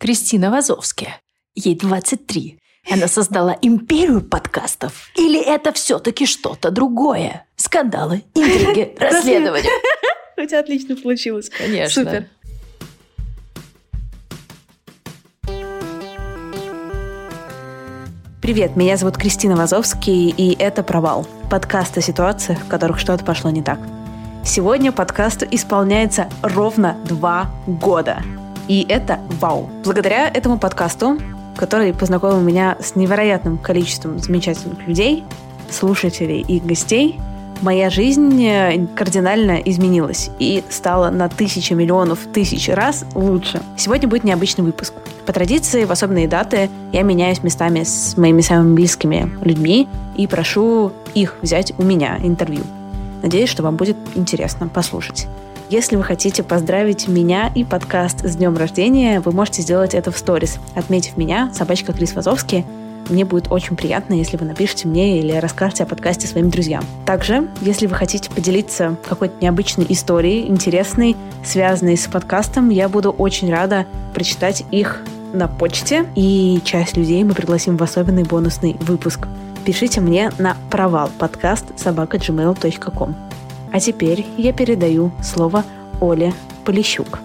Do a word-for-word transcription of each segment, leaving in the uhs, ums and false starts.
Кристина Вазовская. Ей двадцать три. Она создала империю подкастов. Или это все-таки что-то другое? Скандалы, интриги, расследования. У тебя отлично получилось. Конечно. Супер. Привет, меня зовут Кристина Вазовский, и это «Провал» – подкаст о ситуациях, в которых что-то пошло не так. Сегодня подкасту исполняется ровно два года. И это вау. Благодаря этому подкасту, который познакомил меня с невероятным количеством замечательных людей, слушателей и гостей, моя жизнь кардинально изменилась и стала на тысячи миллионов тысяч раз лучше. Сегодня будет необычный выпуск. По традиции, в особенные даты я меняюсь местами с моими самыми близкими людьми и прошу их взять у меня интервью. Надеюсь, что вам будет интересно послушать. Если вы хотите поздравить меня и подкаст с днем рождения, вы можете сделать это в сторис, отметив меня, собачка Крис Вазовский. Мне будет очень приятно, если вы напишите мне или расскажете о подкасте своим друзьям. Также, если вы хотите поделиться какой-то необычной историей, интересной, связанной с подкастом, я буду очень рада прочитать их на почте, и часть людей мы пригласим в особенный бонусный выпуск. Пишите мне на провал подкаст собака джи мейл точка ком. А теперь я передаю слово Оле Полищук.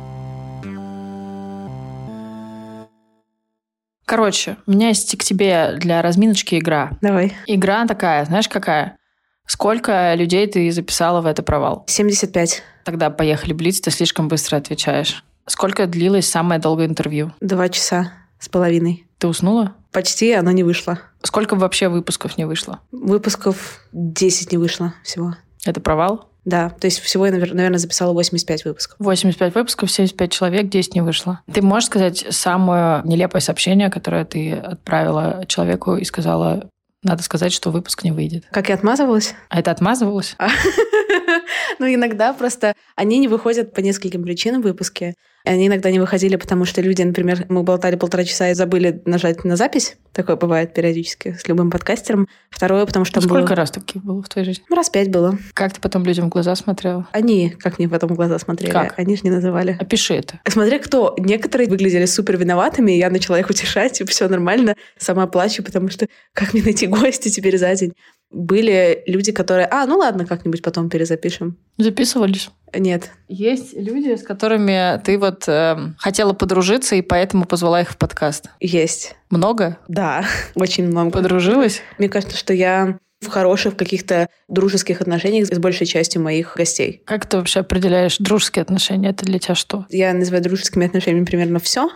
Короче, у меня есть к тебе для разминочки игра. Давай. Игра такая, знаешь, какая? Сколько людей ты записала в это «Провал»? семьдесят пять. Тогда поехали, блиц, ты слишком быстро отвечаешь. Сколько длилось самое долгое интервью? Два часа с половиной. Ты уснула? Почти, оно не вышло. Сколько вообще выпусков не вышло? Выпусков десять не вышло всего. Это «Провал»? Да, то есть всего я, наверное, записала восемьдесят пять выпусков. восемьдесят пять выпусков, семьдесят пять человек, десять не вышло. Ты можешь сказать самое нелепое сообщение, которое ты отправила человеку и сказала, надо сказать, что выпуск не выйдет? Как я отмазывалась? А это отмазывалось? Ну, иногда просто они не выходят по нескольким причинам в выпуске. Они иногда не выходили, потому что люди, например, мы болтали полтора часа и забыли нажать на запись. Такое бывает периодически с любым подкастером. Второе, потому что... Ну, сколько было... раз таких было в твоей жизни? Раз пять было. Как ты потом людям в глаза смотрела? Они как мне потом в глаза смотрели. Как? Они же не называли. Опиши это. Смотря кто. Некоторые выглядели супер виноватыми, и я начала их утешать, типа, все нормально. Сама плачу, потому что как мне найти гостя теперь за день? Были люди, которые... А, ну ладно, как-нибудь потом перезапишем. Записывались? Нет. Есть люди, с которыми ты вот э, хотела подружиться, и поэтому позвала их в подкаст? Есть. Много? Да, очень много. Подружилась? Мне кажется, что я в хороших каких-то дружеских отношениях с большей частью моих гостей. Как ты вообще определяешь дружеские отношения? Это для тебя что? Я называю дружескими отношениями примерно все.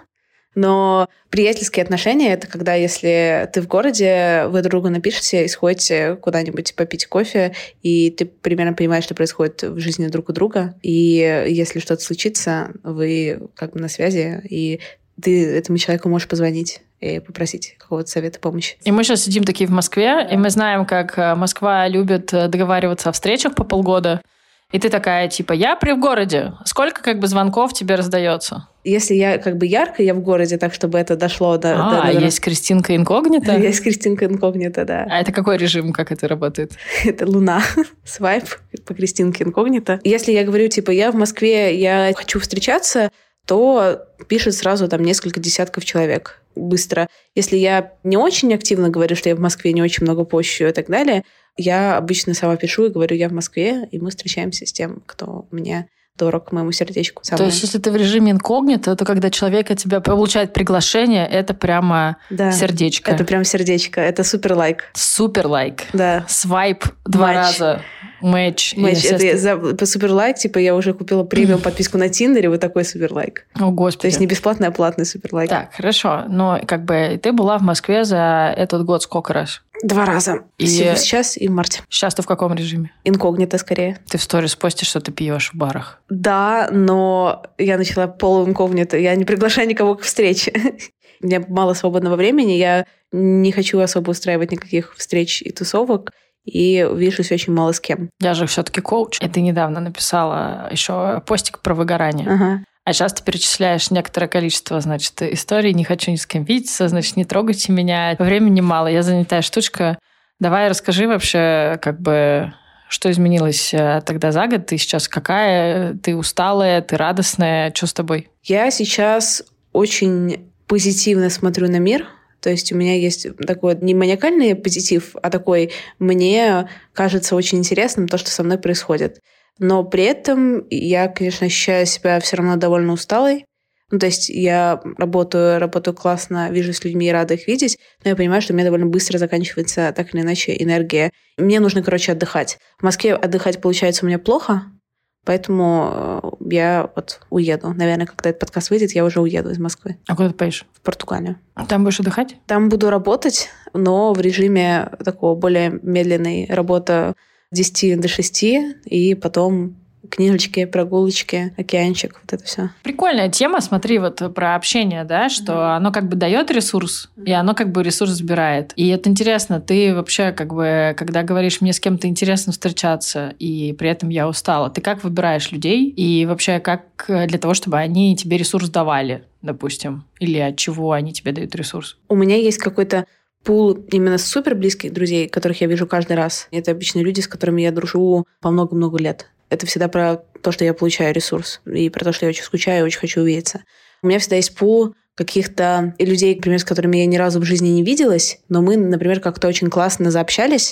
Но приятельские отношения — это когда, если ты в городе, вы друг другу напишете и сходите куда-нибудь попить кофе, и ты примерно понимаешь, что происходит в жизни друг у друга. И если что-то случится, вы как бы на связи, и ты этому человеку можешь позвонить и попросить какого-то совета, помощи. И мы сейчас сидим такие в Москве, и мы знаем, как Москва любит договариваться о встречах по полгода. И ты такая, типа, я при в городе. Сколько как бы звонков тебе раздается? Если я как бы ярко, я в городе, так, чтобы это дошло до... А, до, до... есть Кристинка инкогнита? Есть Кристинка инкогнита, да. А это какой режим, как это работает? Это луна, свайп по Кристинке инкогнита. Если я говорю, типа, я в Москве, я хочу встречаться, то пишет сразу там несколько десятков человек быстро. Если я не очень активно говорю, что я в Москве, не очень много пощу и так далее, я обычно сама пишу и говорю, я в Москве, и мы встречаемся с тем, кто мне дорог моему сердечку. Самое. То есть, если ты в режиме инкогнито, то когда человек от тебя получает приглашение, это прямо да, сердечко. Это прям сердечко. Это супер лайк. Супер лайк. Да. Свайп два Матч. раза. Мэч. Мэч. Это я, за, по супер лайк, типа я уже купила премиум подписку на Тиндере, вот такой супер лайк. О, Господи. То есть не бесплатный, а платный супер лайк. Так, хорошо. Но как бы ты была в Москве за этот год сколько раз? Два раза. И... Сейчас и в марте. Сейчас ты в каком режиме? Инкогнито скорее. Ты в сторис постишь, что ты пьешь в барах? Да, но я начала полуинкогнито. Я не приглашаю никого к встрече. У меня мало свободного времени. Я не хочу особо устраивать никаких встреч и тусовок. И вижусь очень мало с кем. Я же все-таки коуч. И ты недавно написала еще постик про выгорание. Ага. А сейчас ты перечисляешь некоторое количество, значит, историй. Не хочу ни с кем видеться, значит, не трогайте меня. Времени мало, я занятая штучка. Давай расскажи вообще, как бы, что изменилось тогда за год? Ты сейчас какая? Ты усталая, ты радостная? Что с тобой? Я сейчас очень позитивно смотрю на мир. То есть у меня есть такой не маниакальный позитив, а такой, мне кажется очень интересным то, что со мной происходит. Но при этом я, конечно, ощущаю себя все равно довольно усталой. Ну, то есть я работаю, работаю классно, вижу с людьми, рада их видеть, но я понимаю, что у меня довольно быстро заканчивается так или иначе энергия. Мне нужно, короче, отдыхать. В Москве отдыхать получается у меня плохо, поэтому я вот уеду. Наверное, когда этот подкаст выйдет, я уже уеду из Москвы. А куда ты поедешь? В Португалию. Там будешь отдыхать? Там буду работать, но в режиме такого более медленной работы с десяти до шести, и потом книжечки, прогулочки, океанчик, вот это все. Прикольная тема, смотри, вот про общение, да, что mm-hmm. оно как бы дает ресурс, mm-hmm. и оно как бы ресурс забирает. И это интересно, ты вообще как бы, когда говоришь, мне с кем-то интересно встречаться, и при этом я устала, ты как выбираешь людей, и вообще как для того, чтобы они тебе ресурс давали, допустим, или от чего они тебе дают ресурс? У меня есть какой-то пул именно супер близких друзей, которых я вижу каждый раз. Это обычно люди, с которыми я дружу по много-много лет. Это всегда про то, что я получаю ресурс, и про то, что я очень скучаю и очень хочу увидеться. У меня всегда есть пул каких-то людей, например, с которыми я ни разу в жизни не виделась, но мы, например, как-то очень классно заобщались,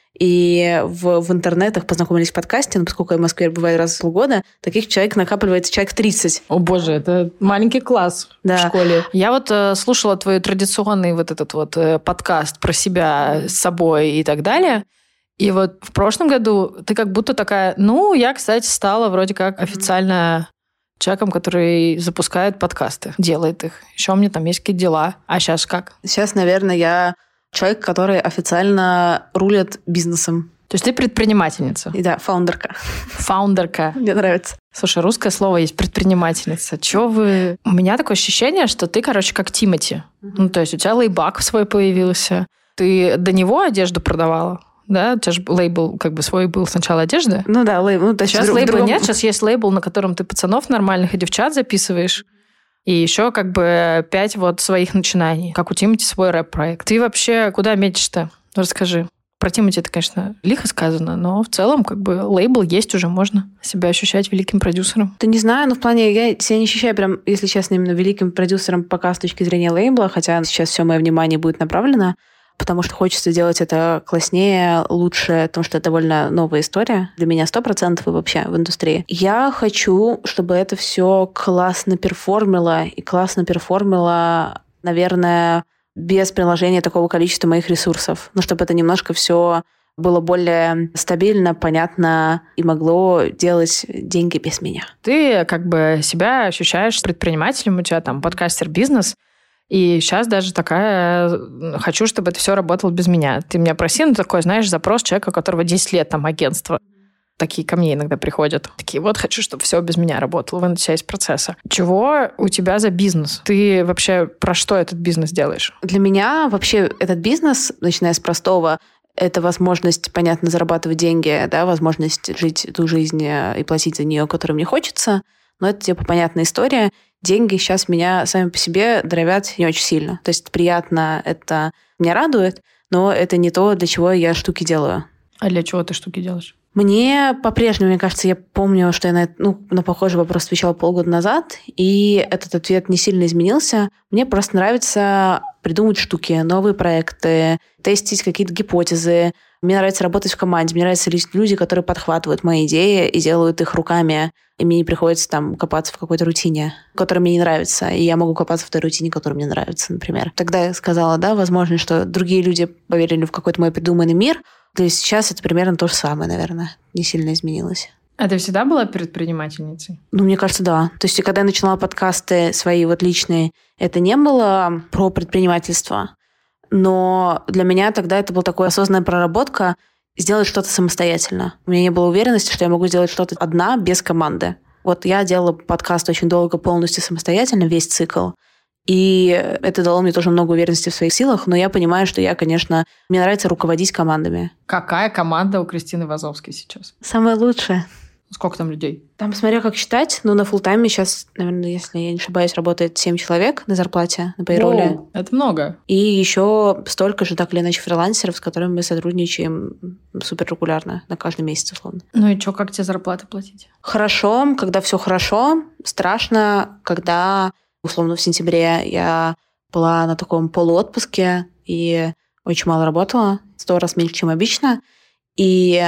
и в, в интернетах познакомились в подкасте, но поскольку я в Москве бываю раз в полгода, таких человек накапливается человек тридцать. О боже, это маленький класс да. в школе. Я вот э, слушала твой традиционный вот этот вот э, подкаст про себя с собой и так далее. И вот в прошлом году ты как будто такая, ну, я, кстати, стала вроде как официально человеком, который запускает подкасты, делает их. Еще у меня там есть какие-то дела. А сейчас как? Сейчас, наверное, я человек, который официально рулит бизнесом. То есть ты предпринимательница? И да, фаундерка. Фаундерка. Мне нравится. Слушай, русское слово есть предпринимательница. Чего вы... У меня такое ощущение, что ты, короче, как Тимати. Mm-hmm. Ну, то есть у тебя лейбак свой появился. Ты до него одежду продавала? Да, у тебя же лейбл как бы свой был сначала одежда. Ну да, лейбл. Ну, сейчас лейбла другом... нет, сейчас есть лейбл, на котором ты пацанов нормальных и девчат записываешь. И еще как бы пять вот своих начинаний. Как у Тимати свой рэп-проект. Ты вообще куда метишь-то? Расскажи. Про Тимати это, конечно, лихо сказано, но в целом как бы лейбл есть уже, можно себя ощущать великим продюсером. Да не знаю, но в плане я себя не ощущаю прям, если честно, именно великим продюсером пока с точки зрения лейбла, хотя сейчас все мое внимание будет направлено, потому что хочется сделать это класснее, лучше, потому что это довольно новая история. Для меня сто процентов и вообще в индустрии. Я хочу, чтобы это все классно перформило, и классно перформило, наверное, без приложения такого количества моих ресурсов. Ну, чтобы это немножко все было более стабильно, понятно и могло делать деньги без меня. Ты как бы себя ощущаешь предпринимателем, у тебя там подкастер-бизнес, и сейчас даже такая, хочу, чтобы это все работало без меня. Ты меня проси, ну такой, знаешь, запрос человека, у которого десять лет там агентство. Такие ко мне иногда приходят. Такие, вот хочу, чтобы все без меня работало, вынуть себя из процесса. Чего у тебя за бизнес? Ты вообще про что этот бизнес делаешь? Для меня вообще этот бизнес, начиная с простого, это возможность, понятно, зарабатывать деньги, да, возможность жить ту жизнь и платить за нее, которую мне хочется. Но это типа понятная история. Деньги сейчас меня сами по себе дровят не очень сильно. То есть приятно, это меня радует, но это не то, для чего я штуки делаю. А для чего ты штуки делаешь? Мне по-прежнему, мне кажется, я помню, что я на, ну, на похожий вопрос отвечала полгода назад, и этот ответ не сильно изменился. Мне просто нравится придумывать штуки, новые проекты, тестить какие-то гипотезы. Мне нравится работать в команде, мне нравятся люди, которые подхватывают мои идеи и делают их руками, и мне не приходится там копаться в какой-то рутине, которая мне не нравится, и я могу копаться в той рутине, которая мне нравится, например. Тогда я сказала, да, возможно, что другие люди поверили в какой-то мой придуманный мир. То есть сейчас это примерно то же самое, наверное, не сильно изменилось. А ты всегда была предпринимательницей? Ну, мне кажется, да. То есть, когда я начинала подкасты свои вот личные, это не было про предпринимательство. Но для меня тогда это была такая осознанная проработка сделать что-то самостоятельно. У меня не было уверенности, что я могу сделать что-то одна, без команды. Вот я делала подкаст очень долго, полностью самостоятельно, весь цикл. И это дало мне тоже много уверенности в своих силах, но я понимаю, что я, конечно, мне нравится руководить командами. Какая команда у Кристины Вазовской сейчас? Самая лучшая. Сколько там людей? Там, смотря как считать, но на фуллтайме сейчас, наверное, если я не ошибаюсь, работает семь человек на зарплате, на пейроле. Оу, это много. И еще столько же, так или иначе, фрилансеров, с которыми мы сотрудничаем супер регулярно, на каждый месяц, условно. Ну и что, как тебе зарплаты платить? Хорошо, когда все хорошо. Страшно, когда Условно, в сентябре я была на таком полуотпуске и очень мало работала, сто раз меньше, чем обычно. И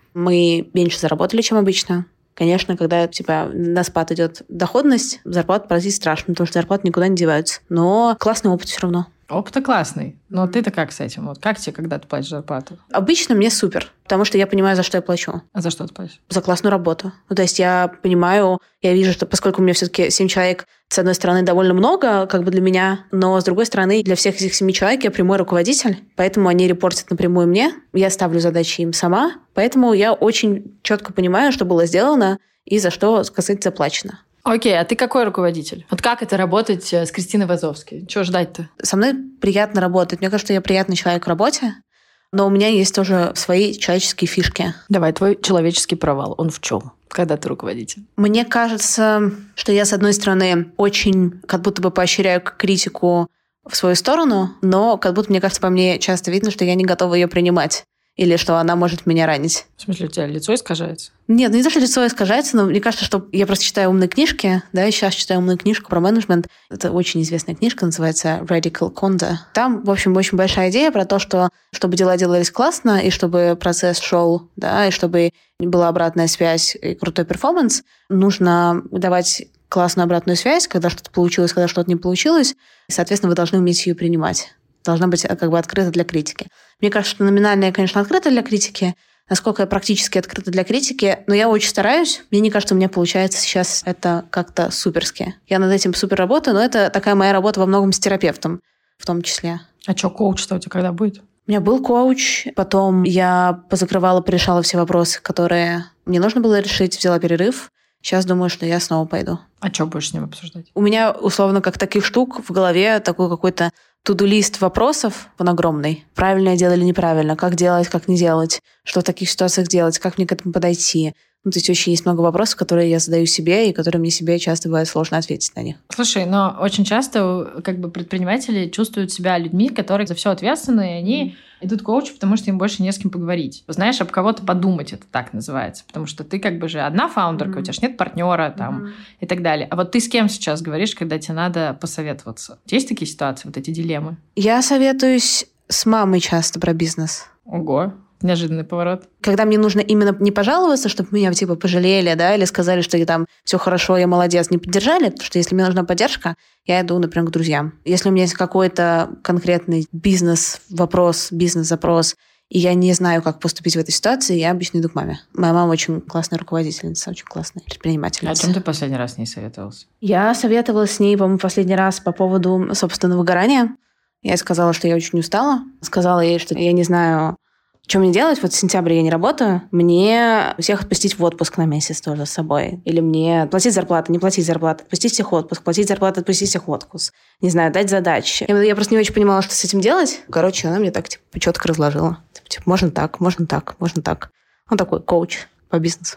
мы меньше заработали, чем обычно. Конечно, когда типа на спад идет доходность, зарплату платить страшно, потому что зарплаты никуда не деваются. Но классный опыт все равно. Опыт классный. Но ты-то как с этим? Вот как тебе, когда ты платишь зарплату? Обычно мне супер, потому что я понимаю, за что я плачу. А за что ты платишь? За классную работу. Ну, то есть я понимаю, я вижу, что поскольку у меня все-таки семь человек, с одной стороны, довольно много, как бы для меня, но с другой стороны, для всех этих семи человек я прямой руководитель, поэтому они репортят напрямую мне, я ставлю задачи им сама, поэтому я очень четко понимаю, что было сделано и за что, сказать, заплачено. Окей, а ты какой руководитель? Вот как это работать с Кристиной Вазовской? Чего ждать-то? Со мной приятно работать. Мне кажется, я приятный человек в работе, но у меня есть тоже свои человеческие фишки. Давай, твой человеческий провал, он в чем? Когда ты руководитель? Мне кажется, что я, с одной стороны, очень как будто бы поощряю критику в свою сторону, но как будто, мне кажется, по мне часто видно, что я не готова ее принимать. Или что она может меня ранить. В смысле, у тебя лицо искажается? Нет, ну не то, что лицо искажается, но мне кажется, что я просто читаю умные книжки, да, и сейчас читаю умную книжку про менеджмент. Это очень известная книжка, называется Radical Conda. Там, в общем, очень большая идея про то, что чтобы дела делались классно, и чтобы процесс шел, да, и чтобы была обратная связь и крутой перформанс, нужно давать классную обратную связь, когда что-то получилось, когда что-то не получилось, и, соответственно, вы должны уметь ее принимать. Должна быть как бы открыта для критики. Мне кажется, что номинально я, конечно, открыта для критики. Насколько я практически открыта для критики, но я очень стараюсь. Мне не кажется, у меня получается сейчас это как-то суперски. Я над этим супер работаю, но это такая моя работа во многом с терапевтом в том числе. А что, коуч-то у тебя когда будет? У меня был коуч, потом я позакрывала, порешала все вопросы, которые мне нужно было решить, взяла перерыв. Сейчас думаю, что я снова пойду. А что будешь с ним обсуждать? У меня, условно, как таких штук в голове такой какой-то туду-лист вопросов, он огромный. Правильно я делаю или неправильно? Как делать, как не делать? Что в таких ситуациях делать? Как мне к этому подойти? Ну, то есть очень есть много вопросов, которые я задаю себе, и которые мне себе часто бывает сложно ответить на них. Слушай, но очень часто как бы предприниматели чувствуют себя людьми, которые за все ответственны, и они mm. идут к коучу, потому что им больше не с кем поговорить. Знаешь, об кого-то подумать, это так называется. Потому что ты как бы же одна фаундерка, mm. у тебя же нет партнера там mm. и так далее. А вот ты с кем сейчас говоришь, когда тебе надо посоветоваться? Есть такие ситуации, вот эти дилеммы? Я советуюсь с мамой часто про бизнес. Ого. Неожиданный поворот. Когда мне нужно именно не пожаловаться, чтобы меня типа пожалели, да, или сказали, что я там все хорошо, я молодец, не поддержали, потому что если мне нужна поддержка, я иду, например, к друзьям. Если у меня есть какой-то конкретный бизнес-вопрос, бизнес-запрос, и я не знаю, как поступить в этой ситуации, я обычно иду к маме. Моя мама очень классная руководительница, очень классная предпринимательница. А о чем ты последний раз с ней советовалась? Я советовалась с ней, по-моему, последний раз по поводу собственного выгорания. Я ей сказала, что я очень устала. Сказала ей, что я не знаю, что мне делать? Вот в сентябре я не работаю. Мне всех отпустить в отпуск на месяц тоже с собой. Или мне платить зарплату, не платить зарплату, отпустить всех в отпуск, платить зарплату, отпустить всех в отпуск. Не знаю, дать задачи. Я, я просто не очень понимала, что с этим делать. Короче, она мне так типа четко разложила. Типа, типа, можно так, можно так, можно так. Он такой коуч по бизнесу.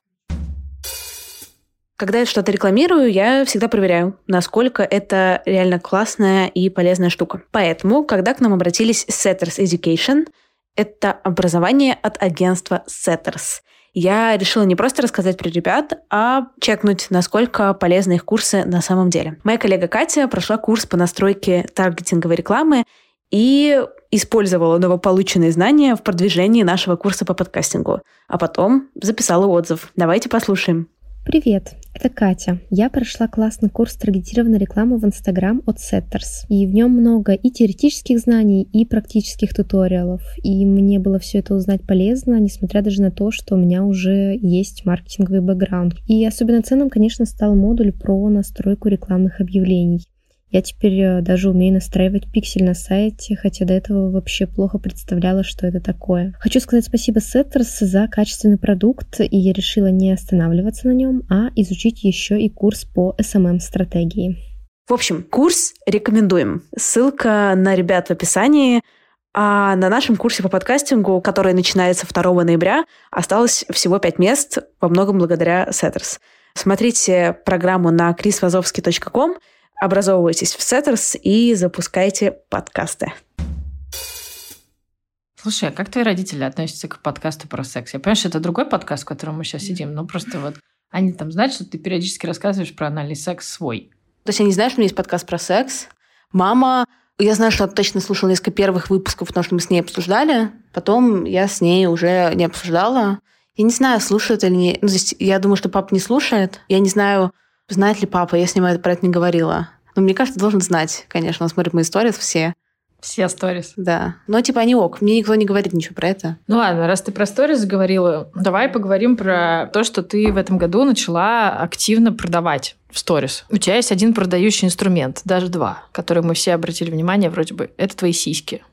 Когда я что-то рекламирую, я всегда проверяю, насколько это реально классная и полезная штука. Поэтому, когда к нам обратились Setters Education, это образование от агентства Setters. Я решила не просто рассказать про ребят, а чекнуть, насколько полезны их курсы на самом деле. Моя коллега Катя прошла курс по настройке таргетинговой рекламы и использовала новополученные знания в продвижении нашего курса по подкастингу. А потом записала отзыв. Давайте послушаем. Привет, это Катя. Я прошла классный курс таргетированной рекламы в Instagram от Setters. И в нем много и теоретических знаний, и практических туториалов. И мне было все это узнать полезно, несмотря даже на то, что у меня уже есть маркетинговый бэкграунд. И особенно ценным, конечно, стал модуль про настройку рекламных объявлений. Я теперь даже умею настраивать пиксель на сайте, хотя до этого вообще плохо представляла, что это такое. Хочу сказать спасибо Setters за качественный продукт, и я решила не останавливаться на нем, а изучить еще и курс по эс эм эм-стратегии. В общем, курс рекомендуем. Ссылка на ребят в описании. А на нашем курсе по подкастингу, который начинается второго ноября, осталось всего пять мест, во многом благодаря Setters. Смотрите программу на крис вазовский точка ком, образовывайтесь в Setters и запускайте подкасты. Слушай, а как твои родители относятся к подкасту про секс? Я понимаю, что это другой подкаст, в котором мы сейчас сидим, но просто вот они там знают, что ты периодически рассказываешь про анальный секс свой. То есть я не знаю, что у меня есть подкаст про секс. Мама... Я знаю, что я точно слушала несколько первых выпусков, потому что мы с ней обсуждали. Потом я с ней уже не обсуждала. Я не знаю, слушает или не... Ну, то есть я думаю, что папа не слушает. Я не знаю, знает ли папа. Я с ним про это не говорила. Но мне кажется, должен знать, конечно. Он смотрит мои сторис все. Все сторис. Да. Но типа они ок. Мне никто не говорит ничего про это. Ну ладно, раз ты про сторис говорила, давай поговорим про то, что ты в этом году начала активно продавать в сторис. У тебя есть один продающий инструмент, даже два, которые мы все обратили внимание вроде бы. Это твои сиськи.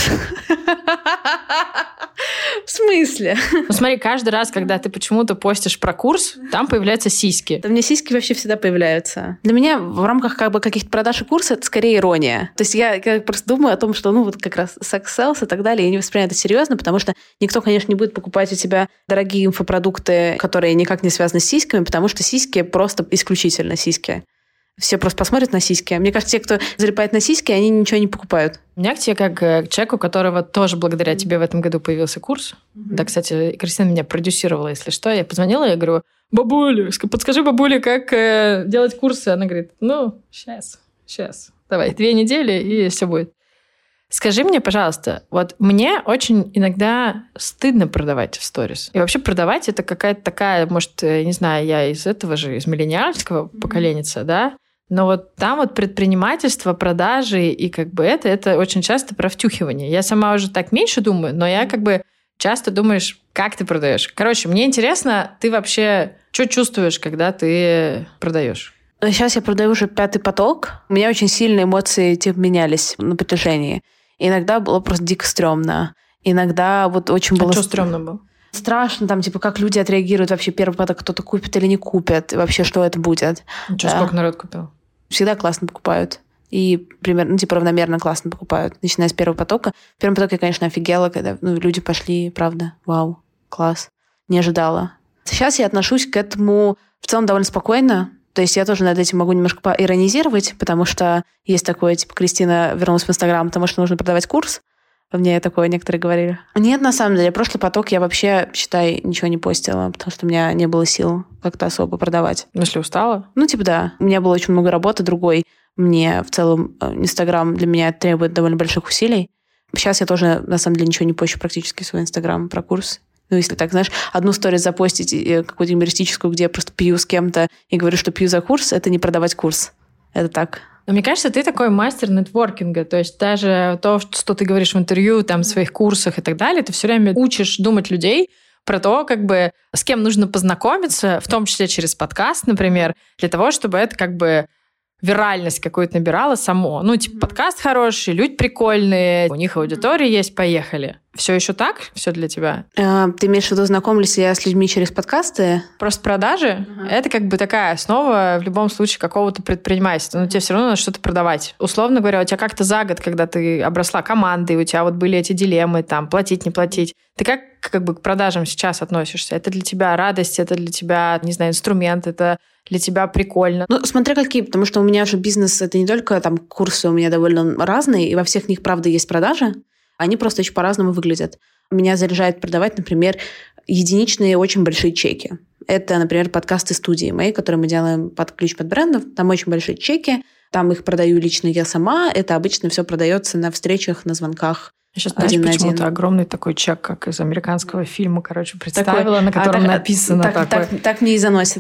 В смысле? Ну смотри, каждый раз, когда ты почему-то постишь про курс, там появляются сиськи. Да, у меня сиськи вообще всегда появляются. Для меня в рамках как бы каких-то продаж и курса это скорее ирония. То есть я, я просто думаю о том, что ну вот как раз sex sells и так далее, я не воспринимаю это серьезно, потому что никто, конечно, не будет покупать у тебя дорогие инфопродукты, которые никак не связаны с сиськами, потому что сиськи просто исключительно сиськи. Все просто посмотрят на сиськи. Мне кажется, те, кто залипает на сиськи, они ничего не покупают. У меня к тебе, как к человеку, у которого тоже благодаря тебе в этом году появился курс. Mm-hmm. Да, кстати, Кристина меня продюсировала, если что. Я позвонила, я говорю, бабуля, подскажи бабуле, как э, делать курсы. Она говорит, ну, сейчас, сейчас. Давай, две недели, и все будет. Скажи мне, пожалуйста, вот мне очень иногда стыдно продавать в сторис. И вообще продавать это какая-то такая, может, не знаю, я из этого же, из миллениальского mm-hmm. поколенца, да? Но вот там вот предпринимательство, продажи и как бы это, это очень часто про втюхивание. Я сама уже так меньше думаю, но я как бы часто думаешь, как ты продаешь. Короче, мне интересно, ты вообще что чувствуешь, когда ты продаешь? Сейчас я продаю уже пятый поток. У меня очень сильные эмоции типа менялись на протяжении. Иногда было просто дико стрёмно. Иногда вот очень было... А что стрёмно было? Страшно, там, типа, как люди отреагируют вообще первый поток, кто-то купит или не купит, и вообще, что это будет. Что, да. Сколько народ купил? Всегда классно покупают. И примерно, ну, типа, равномерно классно покупают, начиная с первого потока. В первом потоке я, конечно, офигела, когда ну, люди пошли, правда, вау, класс, не ожидала. Сейчас я отношусь к этому в целом довольно спокойно. То есть я тоже над этим могу немножко поиронизировать, потому что есть такое, типа, Кристина вернулась в Инстаграм, потому что нужно продавать курс. Мне такое некоторые говорили. Нет, на самом деле, прошлый поток я вообще, считай, ничего не постила, потому что у меня не было сил как-то особо продавать. В смысле, устала? Ну, типа, да. У меня было очень много работы другой. Мне в целом Инстаграм для меня требует довольно больших усилий. Сейчас я тоже, на самом деле, ничего не пощу практически в свой Инстаграм про курс. Ну, если так, знаешь, одну сторис запостить, какую-то юмористическую, где я просто пью с кем-то и говорю, что пью за курс, это не продавать курс. Это так. Но мне кажется, ты такой мастер нетворкинга. То есть даже то, что ты говоришь в интервью, там, в своих курсах и так далее, ты все время учишь думать людей про то, как бы, с кем нужно познакомиться, в том числе через подкаст, например, для того, чтобы это как бы виральность какую-то набирало само. Ну, типа, подкаст хороший, люди прикольные, у них аудитория есть, поехали. Все еще так? Все для тебя? А, ты имеешь в виду, знакомлюсь я с людьми через подкасты? Просто продажи uh-huh. — это как бы такая основа в любом случае какого-то предпринимательства. Но тебе все равно надо что-то продавать. Условно говоря, у тебя как-то за год, когда ты обросла командой, у тебя вот были эти дилеммы, там, платить, не платить. Ты как, как бы к продажам сейчас относишься? Это для тебя радость, это для тебя, не знаю, инструмент, это для тебя прикольно? Ну, смотря какие, потому что у меня же бизнес — это не только там курсы, у меня довольно разные, и во всех них, правда, есть продажи. Они просто очень по-разному выглядят. Меня заряжает продавать, например, единичные очень большие чеки. Это, например, подкасты студии мои, которые мы делаем под ключ под брендов. Там очень большие чеки. Там их продаю лично я сама. Это обычно все продается на встречах, на звонках. Я сейчас, знаете, почему-то огромный такой чек, как из американского фильма, короче, представила, такой, на котором а, так, написано так, такое. Так, так мне и заносит.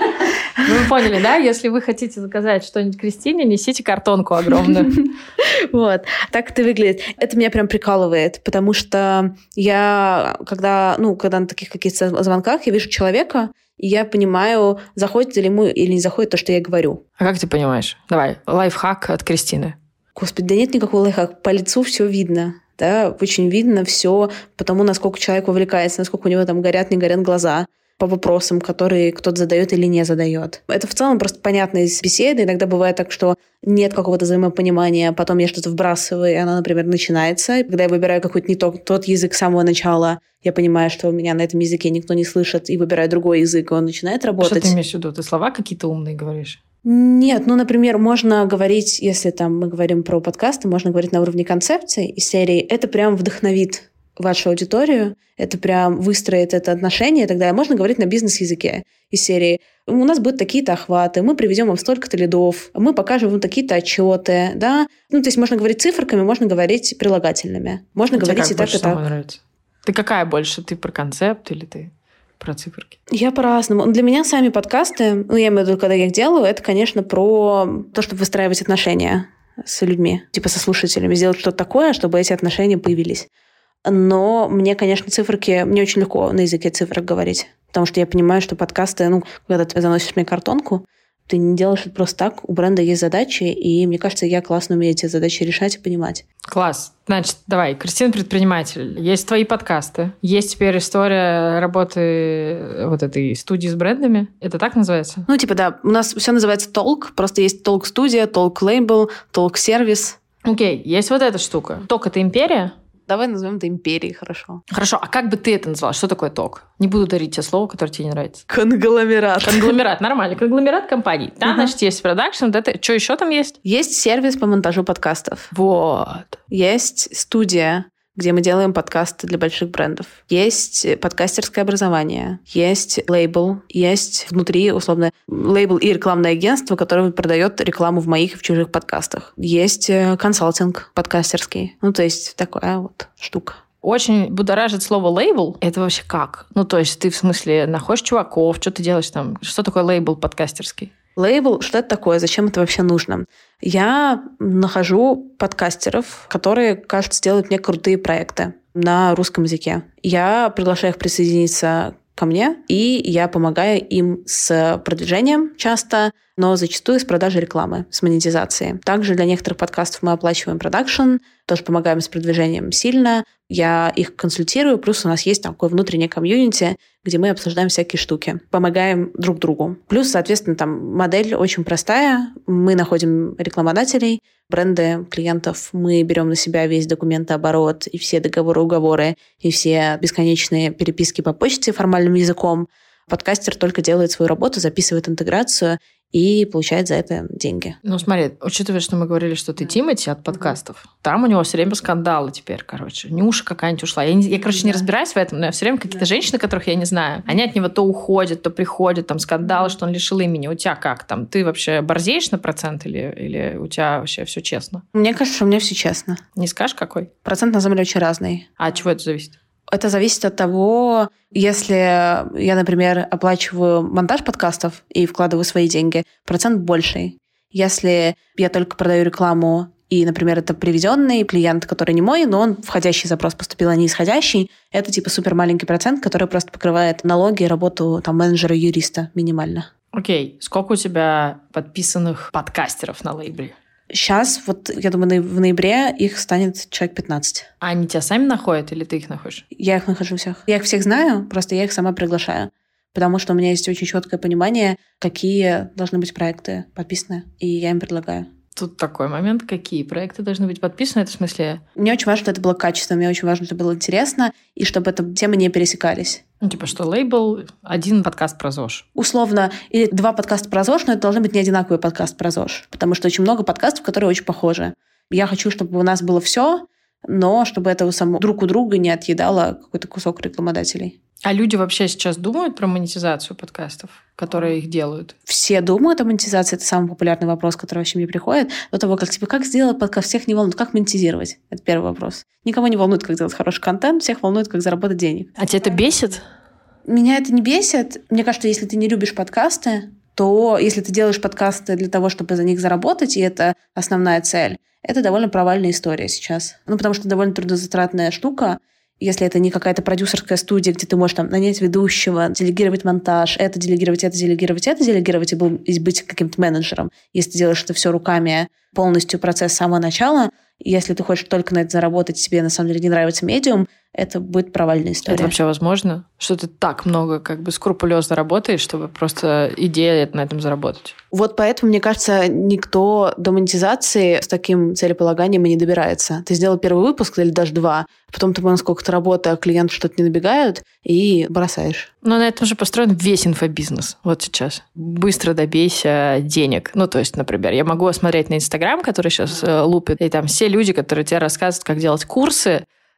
Ну, вы поняли, да? Если вы хотите заказать что-нибудь Кристине, несите картонку огромную. Вот. Так это выглядит. Это меня прям прикалывает, потому что я, когда, ну, когда на таких каких-то звонках я вижу человека, и я понимаю, заходит ли ему или не заходит то, что я говорю. А как ты понимаешь? Давай, лайфхак от Кристины. Господи, да нет никакого лайфхака. По лицу все видно. Да, очень видно все по тому, насколько человек вовлекается, насколько у него там горят, не горят глаза по вопросам, которые кто-то задает или не задает. Это в целом просто понятно из беседы. Иногда бывает так, что нет какого-то взаимопонимания, потом я что-то вбрасываю, и оно, например, начинается. Когда я выбираю какой-то не тот, тот язык с самого начала, я понимаю, что меня на этом языке никто не слышит, и выбираю другой язык, и он начинает работать. Что ты имеешь в виду? Ты слова какие-то умные говоришь? Нет, ну, например, можно говорить, если там мы говорим про подкасты, можно говорить на уровне концепции из серии «это прям вдохновит». вашу аудиторию, это прям выстроить это отношение, тогда можно говорить на бизнес-языке из серии. У нас будут такие-то охваты, мы приведем вам столько-то лидов, мы покажем вам такие-то отчеты, да. Ну, то есть можно говорить циферками, можно говорить прилагательными. Можно Тебе говорить как и так, больше и так. нравится? Ты какая больше? Ты про концепт или ты про циферки? Я по-разному. Для меня сами подкасты, ну, я имею в виду, когда я их делаю, это, конечно, про то, чтобы выстраивать отношения с людьми, типа со слушателями, сделать что-то такое, чтобы эти отношения появились. Но мне, конечно, циферки... Мне очень легко на языке цифрок говорить, потому что я понимаю, что подкасты... Ну, когда ты заносишь мне картонку, ты не делаешь это просто так. У бренда есть задачи, и мне кажется, я классно умею эти задачи решать и понимать. Класс. Значит, давай, Кристина предприниматель. Есть твои подкасты. Есть теперь история работы вот этой студии с брендами. Это так называется? Ну, типа, да. У нас все называется толк. Просто есть толк-студия, толк-лейбл, толк-сервис. Окей, есть вот эта штука. Ток — это империя? Давай назовем это империей, хорошо. Хорошо, а как бы ты это назвала? Что такое ток? Не буду дарить тебе слово, которое тебе не нравится. Конгломерат. Конгломерат, нормально. Конгломерат компаний. Там, uh-huh. значит, есть продакшн. Вот это... Что еще там есть? Есть сервис по монтажу подкастов. Вот. Есть студия, где мы делаем подкасты для больших брендов. Есть подкастерское образование, есть лейбл, есть внутри, условно, лейбл и рекламное агентство, которое продает рекламу в моих и в чужих подкастах. Есть консалтинг подкастерский. Ну, то есть такая вот штука. Очень будоражит слово лейбл. Это вообще как? Ну, то есть ты, в смысле, находишь чуваков, что ты делаешь там? Что такое лейбл подкастерский? Лейбл, что это такое? Зачем это вообще нужно? Я нахожу подкастеров, которые, кажется, делают мне крутые проекты на русском языке. Я приглашаю их присоединиться ко мне, и я помогаю им с продвижением часто, но зачастую с продажей рекламы, с монетизацией. Также для некоторых подкастов мы оплачиваем продакшн, тоже помогаем с продвижением сильно. Я их консультирую, плюс у нас есть такое внутреннее комьюнити, где мы обсуждаем всякие штуки, помогаем друг другу. Плюс, соответственно, там модель очень простая. Мы находим рекламодателей, бренды, клиентов. Мы берем на себя весь документооборот и все договоры-уговоры, и все бесконечные переписки по почте формальным языком. Подкастер только делает свою работу, записывает интеграцию и получает за это деньги. Ну, смотри, учитывая, что мы говорили, что ты Тимати от подкастов, там у него все время скандалы теперь, короче. Нюша какая-нибудь ушла. Я, не, я короче, да. не разбираюсь в этом, но все время какие-то да. женщины, которых я не знаю, они от него то уходят, то приходят, там скандалы, что он лишил имени. У тебя как там? Ты вообще борзеешь на процент или, или у тебя вообще все честно? Мне кажется, что у меня все честно. Не скажешь, какой? Процент, на самом деле, очень разный. А от чего это зависит? Это зависит от того, если я, например, оплачиваю монтаж подкастов и вкладываю свои деньги, процент больший. Если я только продаю рекламу, и, например, это приведенный клиент, который не мой, но он входящий запрос поступил, а не исходящий, это типа супер маленький процент, который просто покрывает налоги и работу там, менеджера-юриста минимально. Окей. Сколько у тебя подписанных подкастеров на лейбле? Сейчас, вот, я думаю, в ноябре их станет человек пятнадцать. А они тебя сами находят или ты их находишь? Я их нахожу всех. Я их всех знаю, просто я их сама приглашаю. Потому что у меня есть очень четкое понимание, какие должны быть проекты подписаны, и я им предлагаю. Тут такой момент, какие проекты должны быть подписаны, это в смысле... Мне очень важно, чтобы это было качественно, мне очень важно, чтобы это было интересно, и чтобы эти темы не пересекались. Ну, типа, что лейбл, один подкаст про ЗОЖ. Условно, или два подкаста про ЗОЖ, но это должны быть не одинаковые подкасты про ЗОЖ, потому что очень много подкастов, которые очень похожи. Я хочу, чтобы у нас было все, но чтобы это само друг у друга не отъедало какой-то кусок рекламодателей. А люди вообще сейчас думают про монетизацию подкастов, которые их делают? Все думают о монетизации. Это самый популярный вопрос, который вообще мне приходит. До того, как типа, как сделать подкаст, всех не волнует. Как монетизировать? Это первый вопрос. Никого не волнует, как делать хороший контент, всех волнует, как заработать денег. А тебя это бесит? Меня это не бесит. Мне кажется, если ты не любишь подкасты, то если ты делаешь подкасты для того, чтобы за них заработать, и это основная цель, это довольно провальная история сейчас. Ну, потому что довольно трудозатратная штука. Если это не какая-то продюсерская студия, где ты можешь там нанять ведущего, делегировать монтаж, это делегировать, это делегировать, это делегировать и, был, и быть каким-то менеджером. Если ты делаешь это все руками, полностью процесс с самого начала, если ты хочешь только на это заработать, тебе на самом деле не нравится медиум, это будет провальная история. Это вообще возможно? Что ты так много как бы скрупулезно работаешь, чтобы просто идея на этом заработать? Вот поэтому, мне кажется, никто до монетизации с таким целеполаганием и не добирается. Ты сделал первый выпуск или даже два, потом ты понял, сколько-то работы, а клиенты что-то не набегают, и бросаешь. Но на этом же построен весь инфобизнес вот сейчас. Быстро добейся денег. Ну, то есть, например, я могу смотреть на Инстаграм, который сейчас э, лупит, и там все люди, которые тебе рассказывают, как делать курсы,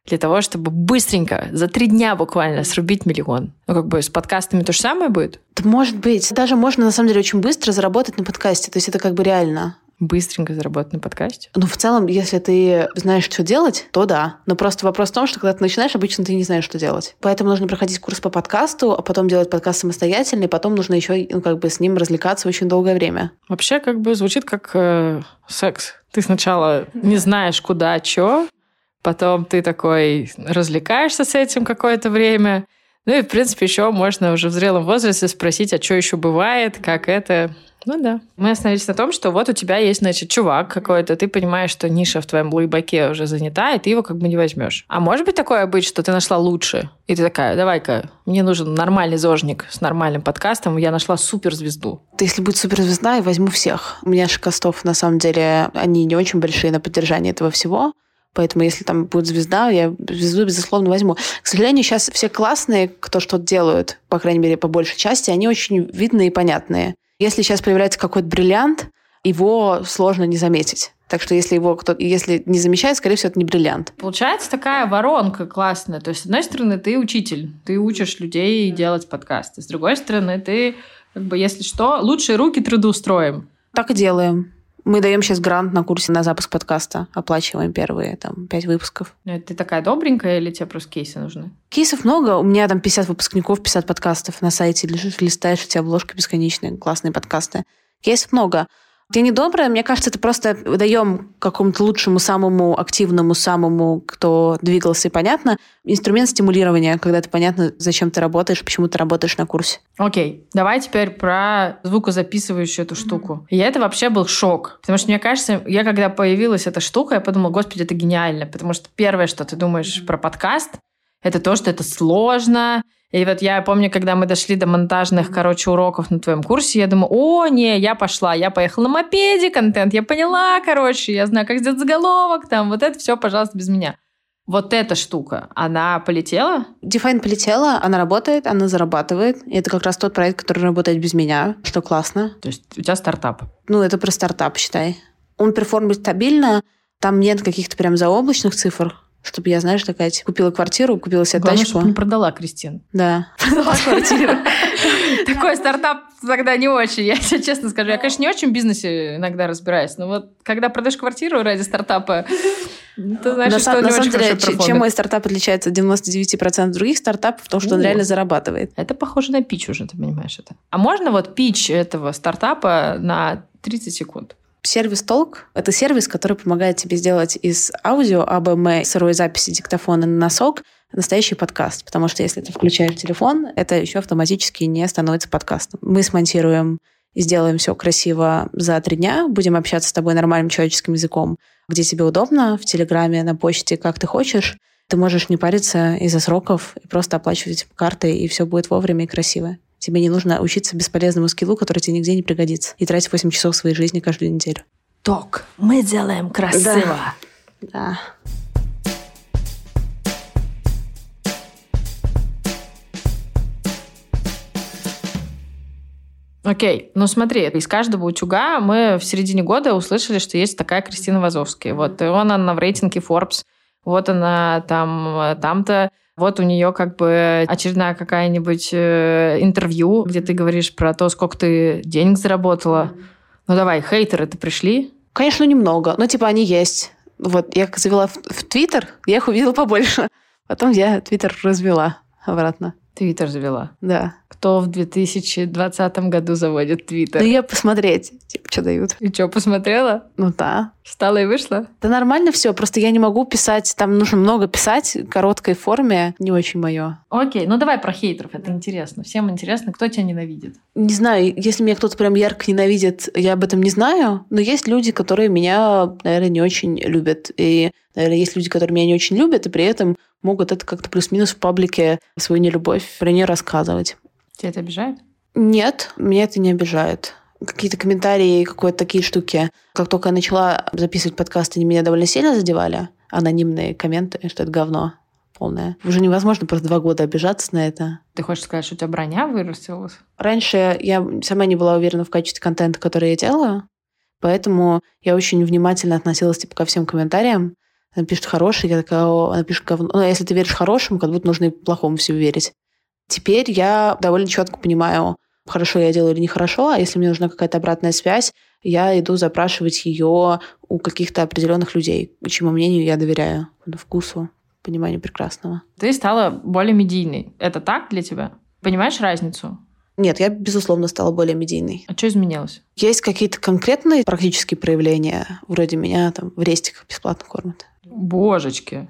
для того, чтобы быстренько, за три дня буквально срубить миллион? Ну, как бы с подкастами то же самое будет? Да, может быть. Даже можно, на самом деле, очень быстро заработать на подкасте. То есть это как бы реально. Быстренько заработать на подкасте? Ну, в целом, если ты знаешь, что делать, то да. Но просто вопрос в том, что когда ты начинаешь, обычно ты не знаешь, что делать. Поэтому нужно проходить курс по подкасту, а потом делать подкаст самостоятельно, и потом нужно еще, ну, как бы с ним развлекаться очень долгое время. Вообще, как бы звучит как э, секс. Ты сначала не знаешь, куда, что, потом ты такой развлекаешься с этим какое-то время. Ну и, в принципе, еще можно уже в зрелом возрасте спросить, а что еще бывает, как это... Ну да. Мы остановились на том, что вот у тебя есть, значит, чувак какой-то, ты понимаешь, что ниша в твоем лейбаке уже занята, и ты его как бы не возьмешь. А может быть такое быть, что ты нашла лучше, и ты такая, давай-ка, мне нужен нормальный зожник с нормальным подкастом, я нашла суперзвезду. Если будет суперзвезда, я возьму всех. У меня шикастов, на самом деле, они не очень большие на поддержание этого всего. Поэтому, если там будет звезда, я звезду, безусловно, возьму. К сожалению, сейчас все классные, кто что-то делают, по крайней мере, по большей части, они очень видные и понятные. Если сейчас появляется какой-то бриллиант, его сложно не заметить. Так что если его кто-то, если не замечает, скорее всего, это не бриллиант. Получается такая воронка классная. То есть, с одной стороны, ты учитель, ты учишь людей делать подкасты. С другой стороны, ты, как бы, если что, лучшие руки трудоустроим. Так и делаем. Мы даем сейчас грант на курсе на запуск подкаста. Оплачиваем первые там пять выпусков. Ты такая добренькая или тебе просто кейсы нужны? Кейсов много. У меня там пятьдесят выпускников, пятьдесят подкастов на сайте. Лежишь, листаешь, у тебя обложка бесконечная, классные подкасты. Кейсов много. Я не добрая, мне кажется, это просто даем какому-то лучшему, самому активному, самому, кто двигался, и понятно, инструмент стимулирования, когда это понятно, зачем ты работаешь, почему ты работаешь на курсе. Окей, давай теперь про звукозаписывающую эту штуку. И это вообще был шок, потому что, мне кажется, я когда появилась эта штука, я подумала, господи, это гениально, потому что первое, что ты думаешь про подкаст, это то, что это сложно. И вот я помню, когда мы дошли до монтажных, короче, уроков на твоем курсе, я думаю, о, не, я пошла, я поехала на мопеде, контент, я поняла, короче, я знаю, как сделать заголовок, там, вот это все, пожалуйста, без меня. Вот эта штука, она полетела? Define полетела, она работает, она зарабатывает. И это как раз тот проект, который работает без меня, что классно. То есть у тебя стартап? Ну, это про стартап, считай. Он перформит стабильно, там нет каких-то прям заоблачных цифр, чтобы я, знаешь, такая, типа, купила квартиру, купила себе Главное, тачку. чтобы не продала, Кристин. Да, продала квартиру. Такой стартап тогда не очень, я тебе честно скажу. Я, конечно, не очень в бизнесе иногда разбираюсь, но вот когда продаешь квартиру ради стартапа, ты знаешь, что не очень хорошо профондит. Чем мой стартап отличается от девяносто девять процентов других стартапов, в том, что он реально зарабатывает. Это похоже на пич уже, ты понимаешь это. А можно вот пич этого стартапа на тридцать секунд? Сервис Толк — это сервис, который помогает тебе сделать из аудио, АБМ, сырой записи диктофона на носок настоящий подкаст. Потому что если ты включаешь телефон, это еще автоматически не становится подкастом. Мы смонтируем и сделаем все красиво за три дня. Будем общаться с тобой нормальным человеческим языком, где тебе удобно, в Телеграме, на почте, как ты хочешь. Ты можешь не париться из-за сроков и просто оплачивать картой, и все будет вовремя и красиво. Тебе не нужно учиться бесполезному скиллу, который тебе нигде не пригодится, и тратить восемь часов своей жизни каждую неделю. Ток. Мы делаем красиво. Да. Да. Окей, ну смотри, из каждого утюга мы в середине года услышали, что есть такая Кристина Вазовская. Вот, и он, она в рейтинге Forbes, вот она там, там-то. Вот у нее как бы очередная какая-нибудь э, интервью, где ты говоришь про то, сколько ты денег заработала. Ну давай, хейтеры-то пришли? Конечно, немного, но типа они есть. Вот я как завела в, в Твиттер, я их увидела побольше. Потом я Твиттер развела обратно. Твиттер завела? Да. Кто в две тысячи двадцатом году заводит Твиттер? Да я посмотреть, типа, что дают. И что, посмотрела? Ну да. Встала и вышла? Да нормально все, просто я не могу писать, там нужно много писать в короткой форме, не очень мое. Окей, ну давай про хейтеров, это интересно. Всем интересно, кто тебя ненавидит? Не знаю, если меня кто-то прям ярко ненавидит, я об этом не знаю, но есть люди, которые меня, наверное, не очень любят. И, наверное, есть люди, которые меня не очень любят, и при этом могут это как-то плюс-минус в паблике свою нелюбовь про нее рассказывать. Тебя это обижает? Нет, меня это не обижает. Какие-то комментарии, какие-то такие штуки. Как только я начала записывать подкасты, они меня довольно сильно задевали. Анонимные комменты, что это говно полное. Уже невозможно просто два года обижаться на это. Ты хочешь сказать, что у тебя броня вырастилась? Раньше я сама не была уверена в качестве контента, который я делаю, поэтому я очень внимательно относилась типа, ко всем комментариям. Она пишет хороший, я такая, о, она пишет говно. Ну, если ты веришь хорошему, как будто нужно и плохому всему верить. Теперь я довольно четко понимаю, хорошо я делаю или нехорошо, а если мне нужна какая-то обратная связь, я иду запрашивать ее у каких-то определенных людей, чьему мнению я доверяю, вкусу, пониманию прекрасного. Ты стала более медийной. Это так для тебя? Понимаешь разницу? Нет, я, безусловно, стала более медийной. А что изменилось? Есть какие-то конкретные практические проявления, вроде меня там в рестиках бесплатно кормят. Божечки.